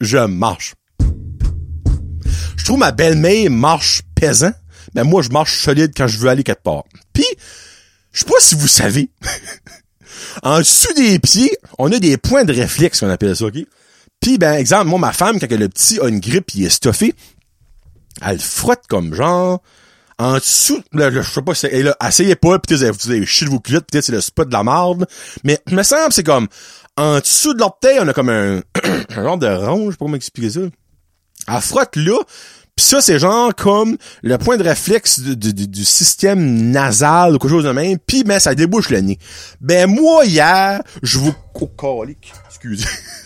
Je trouve ma belle-mère marche pesant, mais moi, je marche solide quand je veux aller quelque part. Puis, je sais pas si vous savez, en dessous des pieds, on a des points de réflexe, qu'on appelle ça, OK? Puis, ben, exemple, moi, ma femme, quand le petit a une grippe, il est stuffé, elle frotte comme genre, en dessous, là, je sais pas, et là, essayez pas, pis vous avez chier de vos culottes, peut-être c'est le spot de la marde, mais, il me semble, c'est comme, en dessous de l'orteil, on a comme un genre de rond, je sais pas comment expliquer ça. Elle frotte là, pis ça, c'est genre comme le point de réflexe du système nasal ou quelque chose de même, pis ben, ça débouche le nez. Ben, moi, hier, je vous... Oh, calique. Excusez.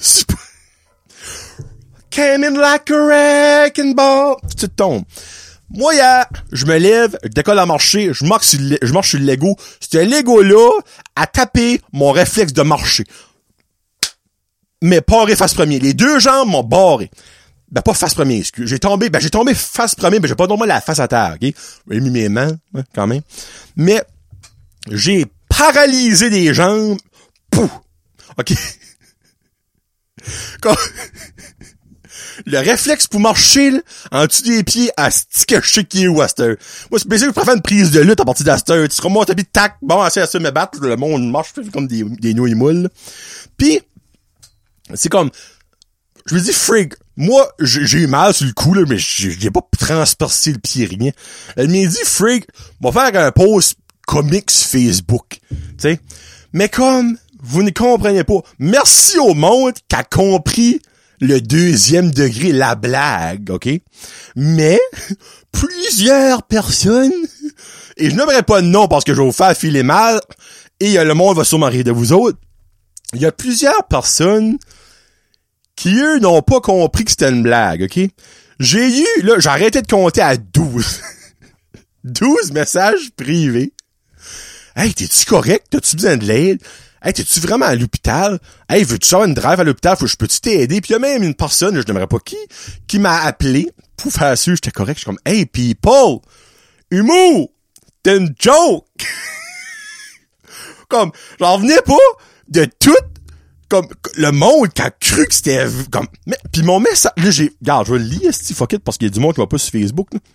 Came in like a wrecking ball. Tu tombes. Moi, hier, je me lève, je décolle à marcher, je marche sur le Lego. Ce Lego-là a tapé mon réflexe de marcher. Mais barré face premier. Les deux jambes m'ont barré. Ben, pas face premier, excuse. J'ai tombé face premier, mais j'ai pas tombé la face à terre, OK? J'ai mis mes mains, hein, quand même. Mais, j'ai paralysé des jambes. Pouf! OK? Comme... Le réflexe pour marcher, là, en dessous des pieds, à sticker qui ou à cette heure. Moi, c'est plaisir que je préfère une prise de lutte à partir de cette heure. Tu seras mon tapis, tac, bon, assez à ça me battre, le monde marche comme des nouilles moules. Puis, c'est comme, je me dis, frig, moi, j'ai eu mal sur le coup, là, mais j'ai pas transpercé le pied, rien. Elle m'a dit, frig, on va faire un post comics Facebook, tu sais. Mais comme, vous ne comprenez pas, merci au monde qui a compris le deuxième degré, la blague, OK? Mais, plusieurs personnes, et je n'aimerais pas de nom parce que je vais vous faire filer mal, et le monde va sûrement rire de vous autres, il y a plusieurs personnes qui, eux, n'ont pas compris que c'était une blague, OK? J'ai arrêté de compter à 12. 12 messages privés. Hey, t'es-tu correct? T'as-tu besoin de l'aide? Hey, t'es-tu vraiment à l'hôpital? Hey, veux-tu faire une drive à l'hôpital? Je peux-tu t'aider? Puis il y a même une personne, je n'aimerais pas qui m'a appelé pour faire sûr, j'étais correct. Je suis comme, hey, people! Humour! T'es une joke! Comme, j'en revenais pas de tout, comme, le monde qui a cru que c'était, comme, mais, pis mon message, là, regarde, je vais le lire, fuck it, parce qu'il y a du monde qui va pas sur Facebook, là.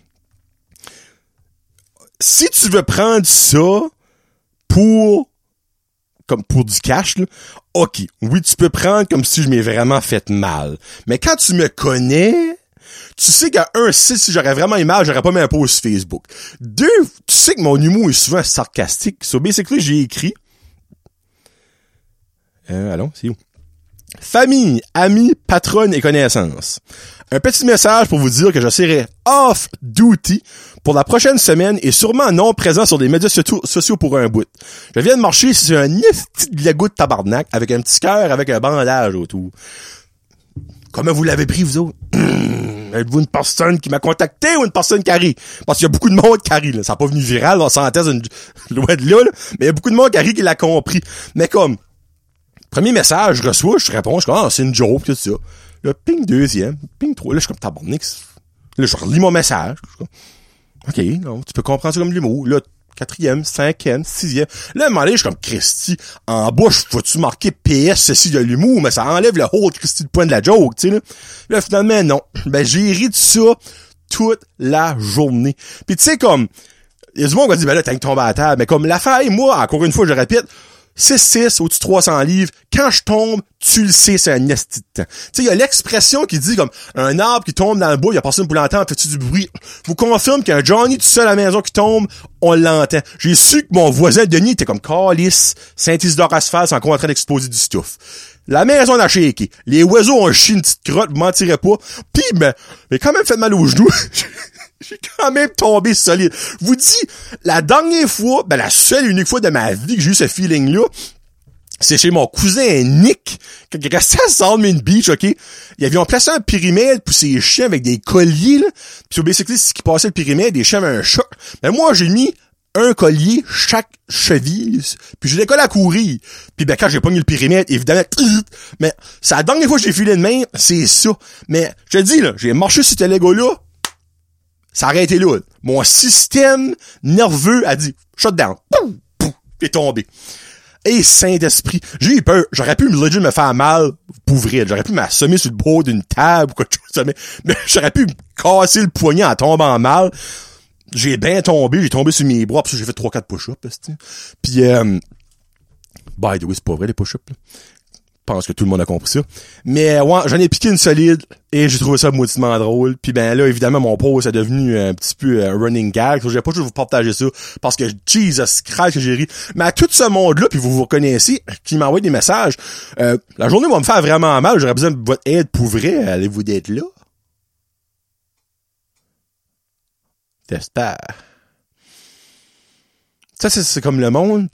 Si tu veux prendre ça pour du cash, là, ok, oui, tu peux prendre comme si je m'ai vraiment fait mal. Mais quand tu me connais, tu sais qu'à si j'aurais vraiment eu mal, j'aurais pas mis un post sur Facebook. 2, tu sais que mon humour est souvent sarcastique. So, basically, j'ai écrit, allons, c'est où? Famille, amis, patronne et connaissances. Un petit message pour vous dire que je serai off duty pour la prochaine semaine et sûrement non présent sur les médias sociaux pour un bout. Je viens de marcher sur un petit Lego de tabarnak avec un petit cœur avec un bandage autour. Comment vous l'avez pris, vous autres? Êtes-vous une personne qui m'a contacté ou une personne qui rit? Parce qu'il y a beaucoup de monde qui rit, là. Ça n'a pas venu viral, on s'en thèse loin de là, mais il y a beaucoup de monde qui rit qui l'a compris. Mais comme, premier message, je reçois, je réponds, je suis comme, c'est une joke, tout ça. Là, ping deuxième, ping 3, là, je suis comme tabarnak. Là, je relis mon message. Je suis comme, OK, non, tu peux comprendre ça comme de l'humour. Là, 4e, 5e, 6e. Là, à un moment donné, je suis comme, Christy, en bas, faut-tu marquer PS, ceci de l'humour, mais ça enlève le whole Christy de point de la joke, tu sais, là. Là, finalement, non. Ben, j'ai ri de ça toute la journée. Puis tu sais, comme, il y a du monde qui va dire, ben là, t'as tombé à terre. Mais comme l'affaire, moi, encore une fois, je répète, 6'6", au-dessus de 300 livres, quand je tombe, tu le sais, c'est un esti de temps. Tu sais, il y a l'expression qui dit comme, un arbre qui tombe dans le bois, il y a personne pour l'entendre, fait-tu du bruit? Je vous confirme qu'un Johnny tout seul à la maison qui tombe, on l'entend. J'ai su que mon voisin Denis était comme Calice, Saint-Isidore Asphalte, c'est encore en train d'exposer du stuff. La maison a shaké. Les oiseaux ont chié une petite crotte, vous mentirez pas. Pis, mais quand même fait mal aux genoux. J'ai quand même tombé solide. Je vous dis, la dernière fois, ben la seule et unique fois de ma vie que j'ai eu ce feeling-là, c'est chez mon cousin Nick, quand il restait à Salmon Beach, OK? Ils avaient placé un périmètre pour ses chiens avec des colliers, là. Puis basically, c'est ce qui passait le périmètre, des chiens avaient un choc. Mais moi, j'ai mis un collier chaque cheville, puis je décolle à courir. Puis ben quand j'ai pogné le périmètre, évidemment, mais c'est la dernière fois que j'ai filé de main, c'est ça. Mais je te dis, là, j'ai marché sur ce Lego-là, ça a arrêté là. Mon système nerveux a dit « shut down », pouf, pouf, est tombé. Et Saint-Esprit, j'ai eu peur. J'aurais pu legit me faire mal pour vrai. J'aurais pu m'assommer sur le bord d'une table ou quelque chose. Mais j'aurais pu me casser le poignet en tombant mal. J'ai bien tombé. J'ai tombé sur mes bras. Puis j'ai fait 3-4 push-ups. Puis, by the way, c'est pas vrai les push-ups. Là. Je pense que tout le monde a compris ça. Mais ouais, j'en ai piqué une solide et j'ai trouvé ça mauditement drôle. Puis ben là, évidemment, mon post est devenu un petit peu un running gag. J'ai pas juste vous partager ça parce que Jesus Christ que j'ai ri. Mais à tout ce monde-là, puis vous reconnaissez, qui m'envoie des messages, la journée va me faire vraiment mal. J'aurais besoin de votre aide pour vrai. Allez-vous d'être là? J'espère. Ça, c'est comme le monde.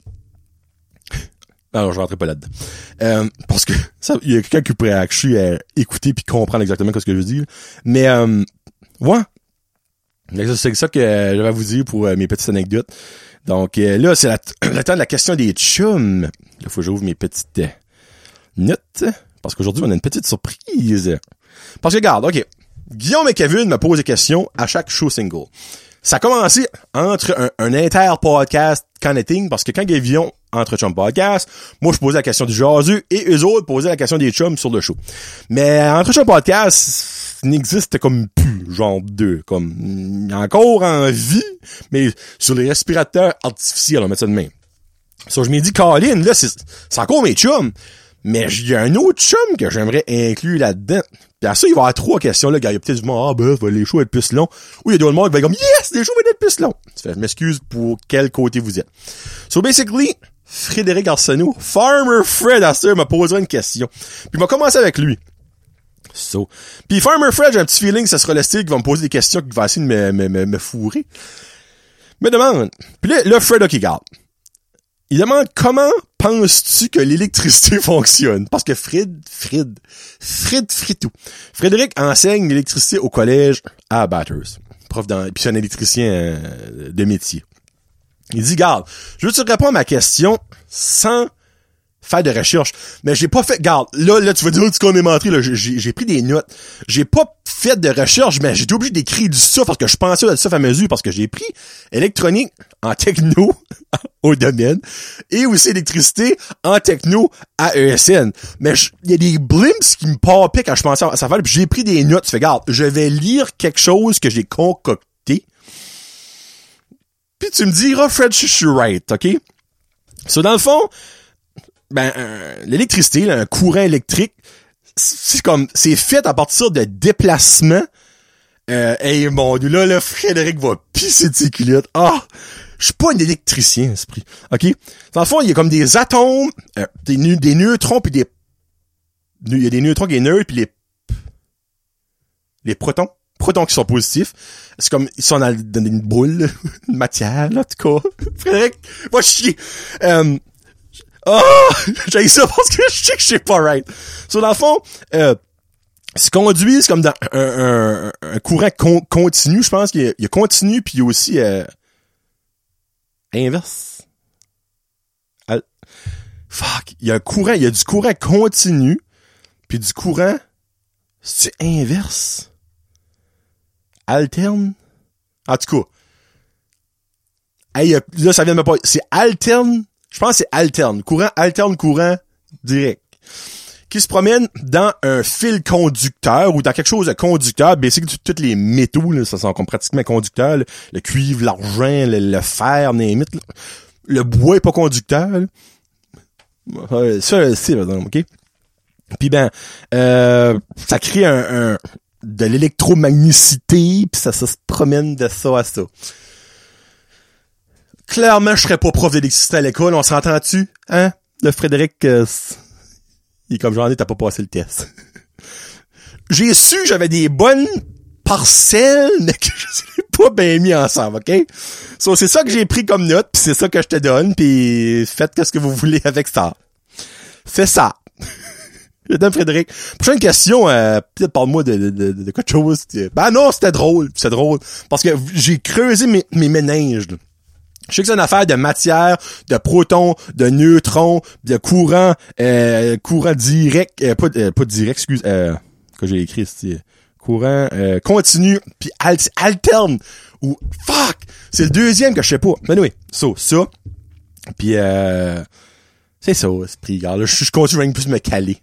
Non, je rentrerai pas là-dedans. Parce que il y a quelqu'un qui pourrait actually écouter puis comprendre exactement ce que je veux dire. Mais ouais. C'est ça que j'avais à vous dire pour mes petites anecdotes. Donc là, c'est le temps de la question des chums. Là, faut que j'ouvre mes petites notes. Parce qu'aujourd'hui, on a une petite surprise. Parce que regarde, OK. Guillaume et Kevin me posent des questions à chaque show single. Ça a commencé entre un inter-podcast connecting, parce que quand Guillaume entre chum podcast, moi je posais la question du jaseux et eux autres posaient la question des chums sur le show. Mais entre chum podcast n'existe comme plus, genre deux, comme encore en vie, mais sur les respirateurs artificiels, on met ça de même. So, je m'ai dit, Colin, là, c'est encore mes chums. Mais il y a un autre chum que j'aimerais inclure là-dedans. Puis à ça, il va y avoir 3 questions, là. Il y a peut-être du monde, les shows vont être plus longs. Ou il y a d'autres monde qui va être comme, yes, les shows vont être plus longs. Je m'excuse pour quel côté vous êtes. So, basically, Frédéric Arsenault, Farmer Fred, à ça, m'a posé une question. Puis il va commencer avec lui. So. Puis Farmer Fred, j'ai un petit feeling que ça sera le style qui va me poser des questions, qui va essayer de me fourrer. Me demande. Puis là Fred, OK, garde. Il demande comment penses-tu que l'électricité fonctionne? Parce que Fritou. Frédéric enseigne l'électricité au collège à Bathurst. Puis c'est un électricien de métier. Il dit, garde, je veux te répondre à ma question sans faire de recherche. Mais j'ai pas fait, garde, là, tu vas dire qu'on est mentré, là, j'ai pris des notes. J'ai pas fait de recherche, mais j'étais obligé d'écrire du ça parce que je pensais à du ça à mesure parce que j'ai pris électronique en techno au domaine et aussi électricité en techno à ESN. Mais il y a des blimps qui me papaient quand je pensais à ça faire, puis j'ai pris des notes. Tu fais, garde, je vais lire quelque chose que j'ai concocté. Puis tu me diras, Fred, je suis right, OK? So, dans le fond, l'électricité, là, un courant électrique, c'est fait à partir de déplacements. Hey, mon Dieu, là, Frédéric va pisser de ses culottes. Ah! Je suis pas un électricien, esprit. OK? Dans le fond, il y a comme des atomes, des neutrons puis il y a des neutrons qui sont neutres puis les protons qui sont positifs. C'est comme, ils sont dans une boule, une matière, là, en tout cas. Frédéric, va chier. J'ai ça parce que je sais que je sais pas right. So, dans le fond, c'est conduit, c'est comme dans un courant continu, je pense qu'il y a continu puis il y a aussi, inverse. Fuck. Il y a du courant continu puis du courant, c'est inverse. Alterne. En tout cas. Hey, là, ça vient de me pas. C'est alterne. Je pense que c'est alterne. Courant direct. Qui se promène dans un fil conducteur ou dans quelque chose de conducteur. Basically, tous les métaux, là, ça sont comme pratiquement conducteurs. Là. Le cuivre, l'argent, le fer, n'importe quoi. Le bois est pas conducteur. Là. Ça, c'est, par exemple, OK? Puis ça crée de l'électromagnécité, puis ça se promène de ça à ça. Clairement, je serais pas prof d'électricité à l'école, on s'entend-tu? Hein? Le Frédéric, il est comme j'en ai, t'as pas passé le test. J'ai su que j'avais des bonnes parcelles, mais que je les ai pas bien mis ensemble, OK? So, c'est ça que j'ai pris comme note, puis c'est ça que je te donne, puis faites ce que vous voulez avec ça. C'est ça. Madame Frédéric. Prochaine question, peut-être parle-moi de quoi de chose. Ben non, c'était drôle. C'est drôle. Parce que j'ai creusé mes méninges, là. Je sais que c'est une affaire de matière, de protons, de neutrons, de courant direct, pas direct, excuse, que j'ai écrit, c'est courant continu, puis alterne, ou fuck, c'est le deuxième que je sais pas. Mais oui, ça, puis c'est ça, c'est pris, regarde, là, je continue à plus me caler.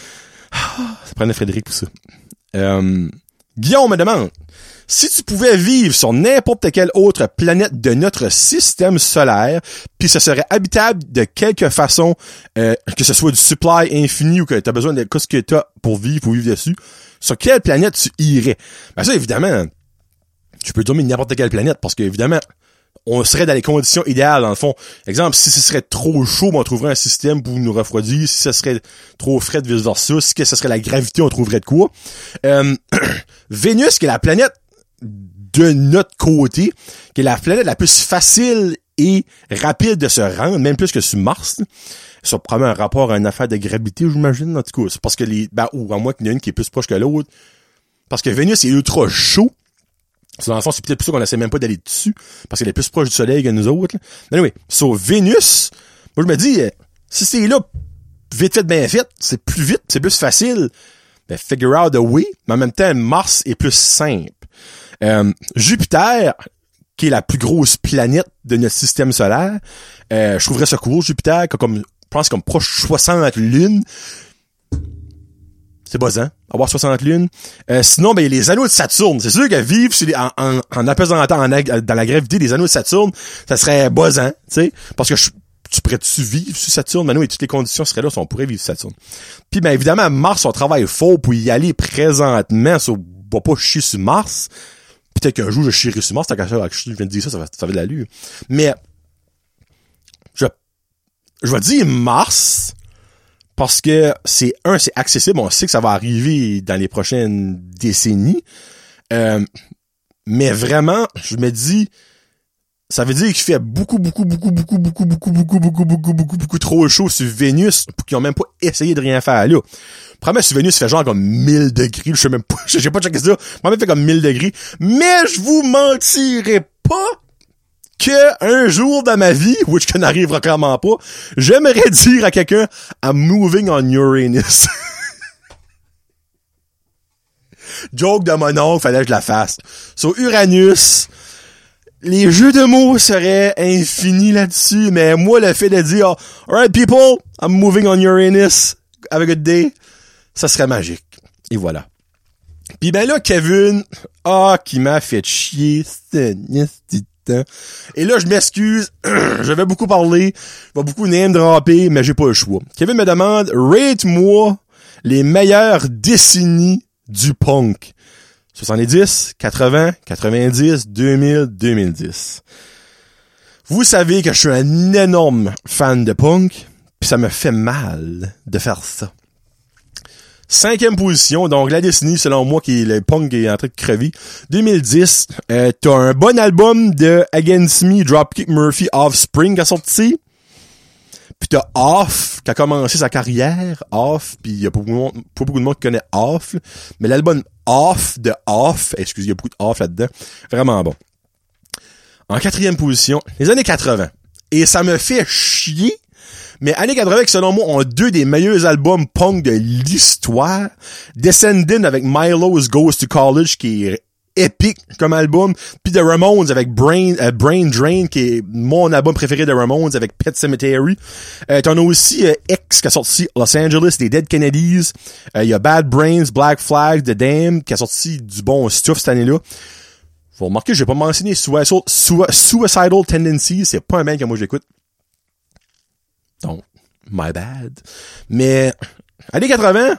Ça prenait Frédéric pour ça. Guillaume me demande, si tu pouvais vivre sur n'importe quelle autre planète de notre système solaire, puis ce serait habitable de quelque façon, que ce soit du supply infini ou que t'as besoin de ce que t'as pour vivre dessus, sur quelle planète tu irais? Ben ça, évidemment, tu peux dire n'importe quelle planète, parce qu'évidemment, on serait dans les conditions idéales, dans le fond. Exemple, si ce serait trop chaud, on trouverait un système pour nous refroidir. Si ce serait trop frais, vice-versa. Si ce serait la gravité, on trouverait de quoi. Vénus, qui est la planète de notre côté, qui est la planète la plus facile et rapide de se rendre, même plus que sur Mars. Ça prend un rapport à une affaire de gravité, j'imagine, en tout cas. C'est parce que ou à moins qu'il y en ait une qui est plus proche que l'autre. Parce que Vénus est ultra chaud. Dans le fond, c'est peut-être pour ça qu'on essaie même pas d'aller dessus, parce qu'elle est plus proche du soleil que nous autres, là. Mais anyway, sur Vénus, moi je me dis, si c'est là, vite fait, bien fait, c'est plus vite, c'est plus facile, ben figure out a way, mais en même temps, Mars est plus simple. Jupiter, qui est la plus grosse planète de notre système solaire, je trouverais ça cool, Jupiter, je pense comme proche 60 lunes. C'est buzzant, avoir 60 lunes. Sinon, ben, les anneaux de Saturne. C'est sûr que vivre en apesantant dans la gravité des anneaux de Saturne, ça serait buzzant, tu sais. Parce que tu pourrais-tu vivre sur Saturne? Ben non, et toutes les conditions seraient là si on pourrait vivre sur Saturne. Puis, ben, évidemment, Mars, on travaille fort pour y aller présentement. Ça va pas chier sur Mars. Peut-être qu'un jour, je chierai sur Mars. Je viens de dire ça fait de l'allure. Mais, je vais dire Mars, parce que c'est accessible, on sait que ça va arriver dans les prochaines décennies. Mais vraiment, je me dis, ça veut dire qu'il fait beaucoup trop chaud sur Vénus pour qu'ils ont même pas essayé de rien faire là. Probablement sur Vénus, il fait genre comme 1000 degrés, je sais même pas, j'ai pas checké ça. Probablement il fait comme 1000 degrés. Mais je vous mentirai pas que un jour dans ma vie, which que n'arrivera clairement pas, j'aimerais dire à quelqu'un I'm moving on Uranus. Joke de mon oncle, fallait que je la fasse. Sur Uranus, les jeux de mots seraient infinis là-dessus, mais moi, le fait de dire alright people, I'm moving on Uranus, have a good day, ça serait magique. Et voilà. Puis ben là, Kevin, qui m'a fait chier, et là, je m'excuse, je vais beaucoup parler, je vais beaucoup name dropper, mais j'ai pas le choix. Kevin me demande, rate-moi les meilleures décennies du punk. 70, 80, 90, 2000, 2010. Vous savez que je suis un énorme fan de punk, puis ça me fait mal de faire ça. 5e position, donc la décennie, selon moi, qui est le punk qui est en train de crever. 2010, t'as un bon album de Against Me, Dropkick Murphy, Offspring qui a sorti. Puis t'as Off, qui a commencé sa carrière. Off, puis il y a pas beaucoup de monde qui connaît Off. Mais l'album Off de Off, excusez, il y a beaucoup de Off là-dedans. Vraiment bon. En 4e position, les années 80. Et ça me fait chier. Mais années 80, selon moi, ont 2 des meilleurs albums punk de l'histoire. Descending avec Milo's Goes to College, qui est épique comme album. Puis The Ramones avec Brain Drain, qui est mon album préféré de Ramones avec Pet Sematary. T'en as aussi X, qui a sorti Los Angeles, des Dead Kennedys. Il y a Bad Brains, Black Flag, The Damned, qui a sorti du bon stuff cette année-là. Faut remarquer, j'ai pas mentionné Suicidal Tendencies, c'est pas un band que moi j'écoute. Donc, my bad. Mais, années 80,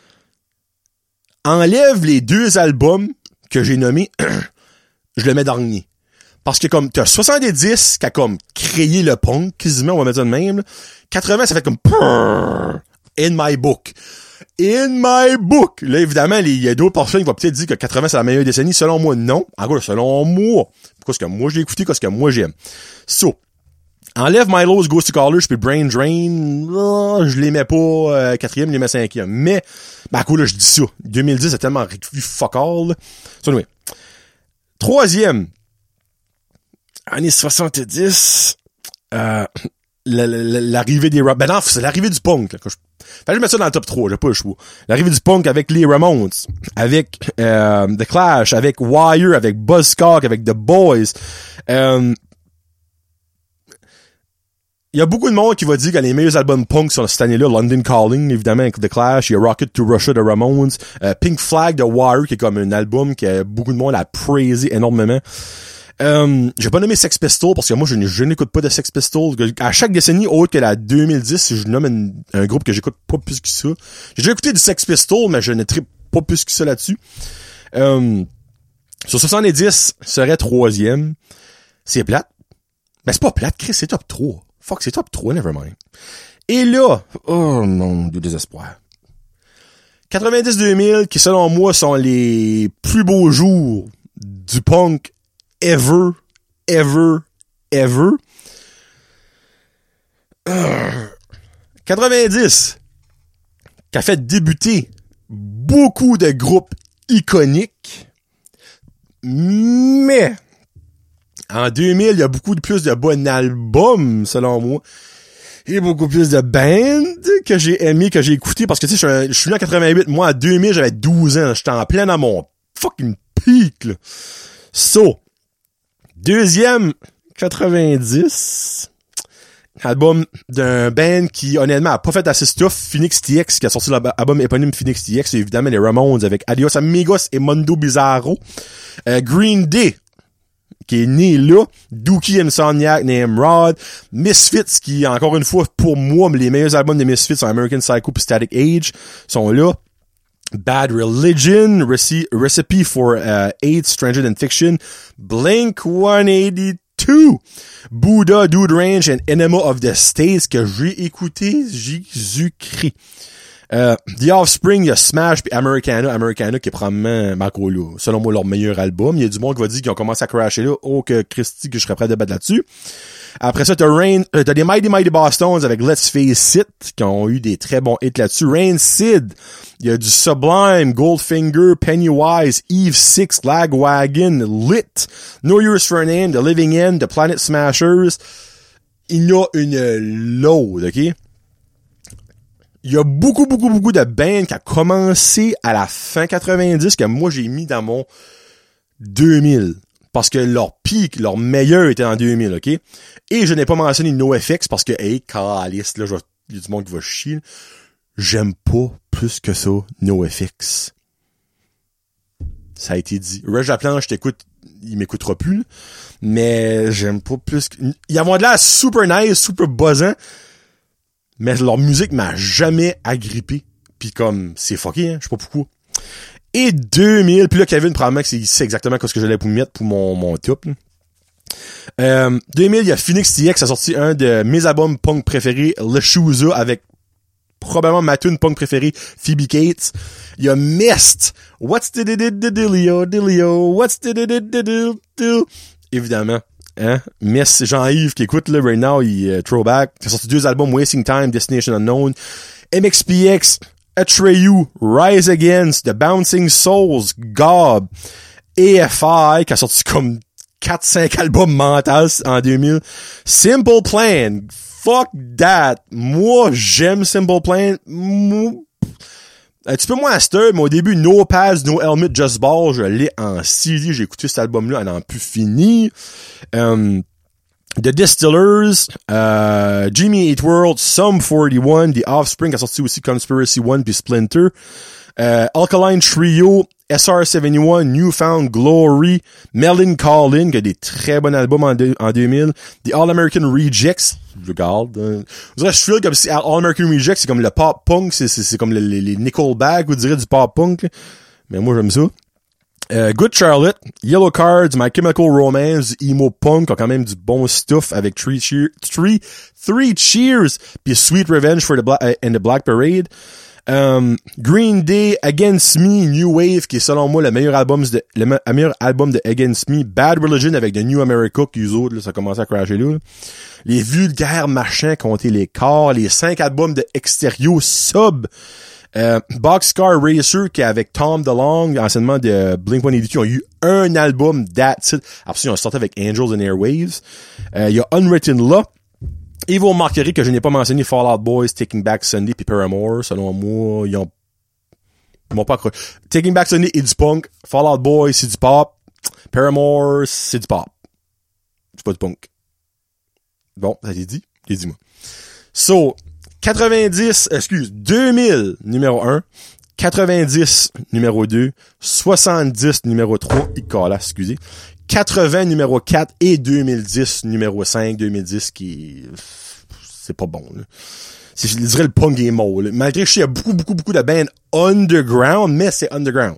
enlève les 2 albums que j'ai nommés, je le mets dernier. Parce que comme, t'as 70 qui a comme créé le punk, quasiment, on va mettre ça de même, là. 80, ça fait comme, in my book. In my book. Là, évidemment, il y a d'autres personnes qui vont peut-être dire que 80 c'est la meilleure décennie. Selon moi, non. En gros, selon moi. Parce que moi, je l'ai écouté, parce que moi, j'aime. So, Enlève Milo's Ghost to College puis Brain Drain, je les mets pas quatrième, je les mets cinquième. Mais, cool, là, je dis ça. 2010, c'est tellement fuck all, là. So, anyway. Troisième. Années 70, l'arrivée des Ramones. Ben non, c'est l'arrivée du punk, là. Fallait que je mette ça dans le top 3, j'ai pas le choix. L'arrivée du punk avec les Ramones, avec The Clash, avec Wire, avec Buzzcock, avec The Boys. Il y a beaucoup de monde qui va dire que les meilleurs albums punk sur cette année-là, London Calling, évidemment, avec The Clash, il y a Rocket to Russia de Ramones, Pink Flag de Wire, qui est comme un album que beaucoup de monde a praisé énormément. J'ai pas nommé Sex Pistols parce que moi, je n'écoute pas de Sex Pistols. À chaque décennie, autre que la 2010, je nomme un groupe que j'écoute pas plus que ça. J'ai déjà écouté du Sex Pistols, mais je ne trippe pas plus que ça là-dessus. Sur 70, serait troisième. C'est plate. Ben, c'est pas plate, Chris, c'est top 3. Fuck, c'est top 3, nevermind. Et là, oh mon Dieu, désespoir. 90-2000, qui selon moi sont les plus beaux jours du punk ever. 90, qui a fait débuter beaucoup de groupes iconiques, mais en 2000, il y a beaucoup plus de bons albums, selon moi. Et beaucoup plus de bands que j'ai aimé, que j'ai écouté. Parce que, tu sais, je suis né en 88. Moi, en 2000, j'avais 12 ans. J'étais en plein dans mon fucking peak, là. So, deuxième, 90. Album d'un band qui, honnêtement, a pas fait assez stuff. Phoenix TX, qui a sorti l'album éponyme Phoenix TX. Et évidemment, les Ramones avec Adios Amigos et Mondo Bizarro. Green Day, qui est né là, Dookie Insomniac, Nimrod, Misfits, qui, encore une fois, pour moi, les meilleurs albums de Misfits sont American Psycho et Static Age, sont là. Bad Religion, Recipe for AIDS, Stranger Than Fiction, Blink-182, Buddha, Dude Range, and Enema of the States, que j'ai écouté, Jésus-Christ. The Offspring, il y a Smash puis Americana qui est probablement Marco là, selon moi leur meilleur album. Il y a du monde qui va dire qu'ils ont commencé à crasher là. Oh que Christy, que je serais prêt à débattre là-dessus. Après ça, t'as des Mighty Bosstones avec Let's Face It qui ont eu des très bons hits là-dessus. Rancid, il y a du Sublime, Goldfinger, Pennywise, Eve 6, Lagwagon, Lit, No Use for a Name, The Living End, The Planet Smashers. Il y a une load, ok? Il y a beaucoup de bands qui a commencé à la fin 90 que moi j'ai mis dans mon 2000. Parce que leur pic, leur meilleur était en 2000, ok? Et je n'ai pas mentionné NoFX parce que, hey, calice, là, il y a du monde qui va chier. J'aime pas plus que ça NoFX. Ça a été dit. Rush la planche, je t'écoute, il m'écoutera plus, là. Mais j'aime pas plus que... Ils ont de l'air super nice, super buzzant. Mais leur musique m'a jamais agrippé. Pis comme, c'est fucké, hein, je sais pas pourquoi. Et 2000, puis là, Kevin, probablement que c'est exactement ce que j'allais pour mettre pour mon top. 2000, il y a Phoenix TX qui a sorti un de mes albums punk préférés, Le Shooza, avec probablement ma tune punk préférée, Phoebe Cates. Il y a Mist, What's the Dilio, What's the évidemment. Hein? Miss Jean-Yves qui écoute là right now, il throwback. Il a sorti 2 albums, Wasting Time, Destination Unknown, MXPX, Atreyu, Rise Against, The Bouncing Souls, Gob, AFI qui a sorti comme 4-5 albums mentales en 2000. Simple Plan, fuck that. Moi j'aime Simple Plan. Un petit peu moins à cette heure, mais au début, No Pads, No Helmet, Just Ball, je l'ai en CD, j'ai écouté cet album-là, elle n'en a plus fini. The Distillers, Jimmy Eat World, Sum 41, The Offspring, qui a sorti aussi Conspiracy One puis Splinter. Alkaline Trio, SR71, Newfound Glory, Melon Callin, qui a des très bons albums en 2000. The All-American Rejects, je regarde. Je feel comme si All-American Rejects, c'est comme le pop-punk, c'est comme les Nickelback, vous direz, du pop-punk. Là. Mais moi, j'aime ça. Good Charlotte, Yellow Cards, My Chemical Romance, Emo Punk, a quand même du bon stuff avec Three Cheers, puis Sweet Revenge for the Black Parade. Green Day, Against Me, New Wave, qui est selon moi le meilleur album de Against Me. Bad Religion avec The New America, qui eux autres, là, ça a commencé à crasher là. Les vulgaires machins compter les corps, les 5 albums de Extérieur, Sub, Boxcar Racer, qui est avec Tom DeLonge, anciennement de Blink-182, qui ont eu un album, that's it. Après, ils ont sorti avec Angels and Airwaves. Il y a Unwritten Law. Et vous remarquerez que je n'ai pas mentionné Fall Out Boy, Taking Back Sunday puis Paramore. Selon moi, ils m'ont pas cru. Taking Back Sunday est du punk. Fall Out Boy, c'est du pop. Paramore, c'est du pop. C'est pas du punk. Bon, ça t'est dit? Dis-moi. So, 2000, numéro 1. 90, numéro 2. 70, numéro 3. Excusez. 80 numéro 4 et 2010 numéro 5, 2010 qui c'est pas bon là. Je dirais le punk est mort là. Malgré que il y a beaucoup de bands underground, mais c'est underground.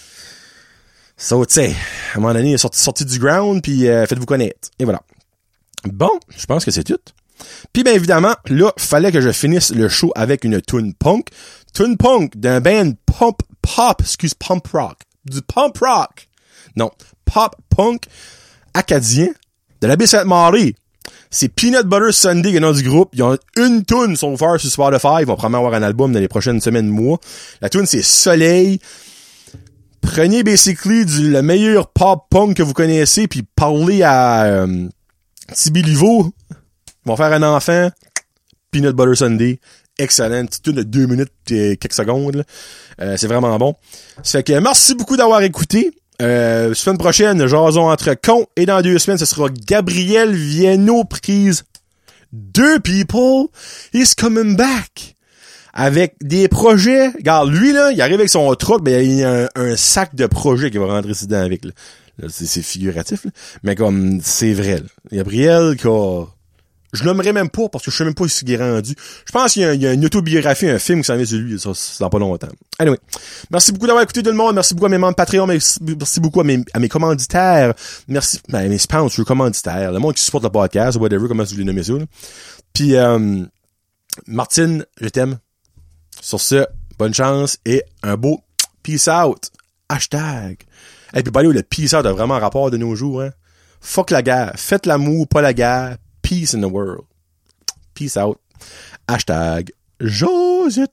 So, tu sais, à un moment donné, il est sorti du ground puis faites-vous connaître. Et voilà. Bon, je pense que c'est tout. Puis bien évidemment, là, fallait que je finisse le show avec une tune punk. Tune punk d'un band pump rock. Du pump rock. Non, pop punk acadien de la Baie-Sainte-Marie. C'est Peanut Butter Sunday qui est dans du groupe. Ils ont une tune so far sur Spotify. Ils vont probablement avoir un album dans les prochaines semaines, mois. La tune c'est Soleil. Prenez basically le meilleur pop punk que vous connaissez puis parlez à Tibi Livo. Ils vont faire un enfant. Peanut Butter Sunday. Excellent. Petite tune de 2 minutes et quelques secondes. C'est vraiment bon. Ça fait que merci beaucoup d'avoir écouté. Semaine prochaine, jason entre cons. Et dans 2 semaines, ce sera Gabriel Viano prise 2 people is coming back. Avec des projets. Regarde, lui, là, il arrive avec son truck, ben, il y a un sac de projets qu'il va rentrer dedans avec, là. Là, c'est figuratif, là. Mais comme, c'est vrai, là. Gabriel, je nommerai même pas parce que je sais même pas ce qu'il est rendu. Je pense qu'il y a une autobiographie, un film qui s'en vient sur lui, ça dans pas longtemps. Anyway. Merci beaucoup d'avoir écouté tout le monde. Merci beaucoup à mes membres Patreon. Merci beaucoup à mes commanditaires. Merci, mes sponsors commanditaires. Le monde qui supporte le podcast, whatever, comment vous voulez nommer ça, là. Puis, Martine, je t'aime. Sur ce, bonne chance et un beau peace out. Hashtag. Et puis, le peace out a vraiment un rapport de nos jours, hein. Fuck la guerre. Faites l'amour, pas la guerre. Peace in the world. Peace out. Hashtag Josette.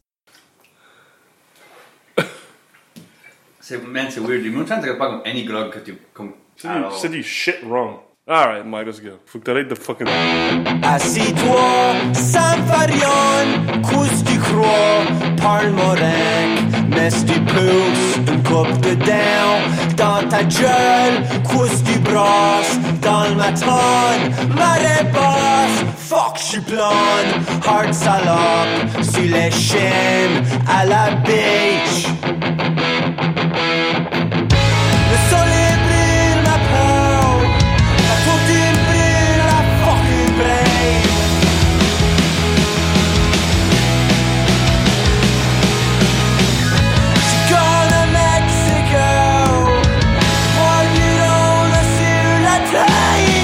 C'est weird. Moi, je ne pas comme any glog que tu comme. C'est du shit wrong. Alright, Mike, let's go. Faut que t'arrêtes de fucking. Assis-toi, Saint-Farion, couche du croix, palmorec, messe du pouce, une coupe de dents, dans ta gueule, couche du brosse, dans le maton, marée basse, fuck, j'suis blonde, hard salope, sur les chaînes, à la beach. Le soleil brille ma peau, la tourtine brille la fucking brain. She gone to Mexico, moi you don't sur la train.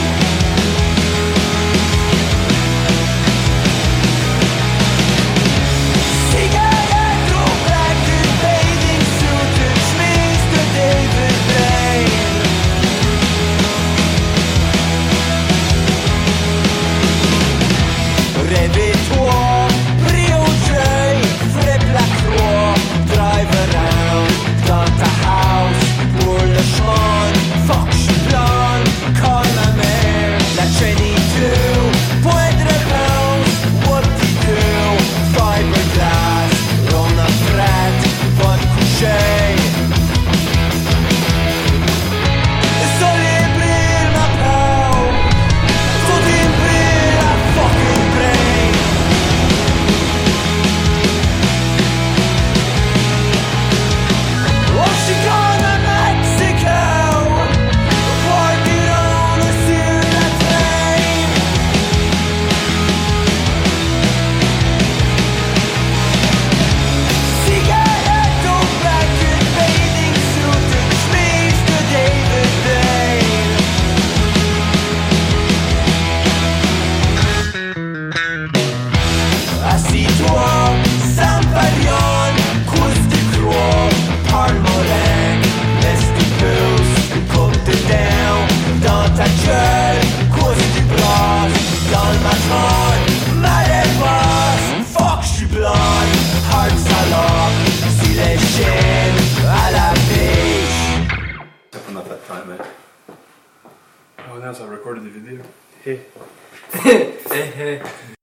Cigarette au black, une bathing suit, une chemise de David Blaine. Réveille-toi, pris au jeu, frappe la croix, drive around dans ta house pour le chemin. Fuck, j'suis blonde, call ma mère, la Trini 2, point de réponse, whoop-de-doo, fiberglass, on a frette, va te coucher. Le soleil brille ma peau, tout brille la fucking brain. Hé.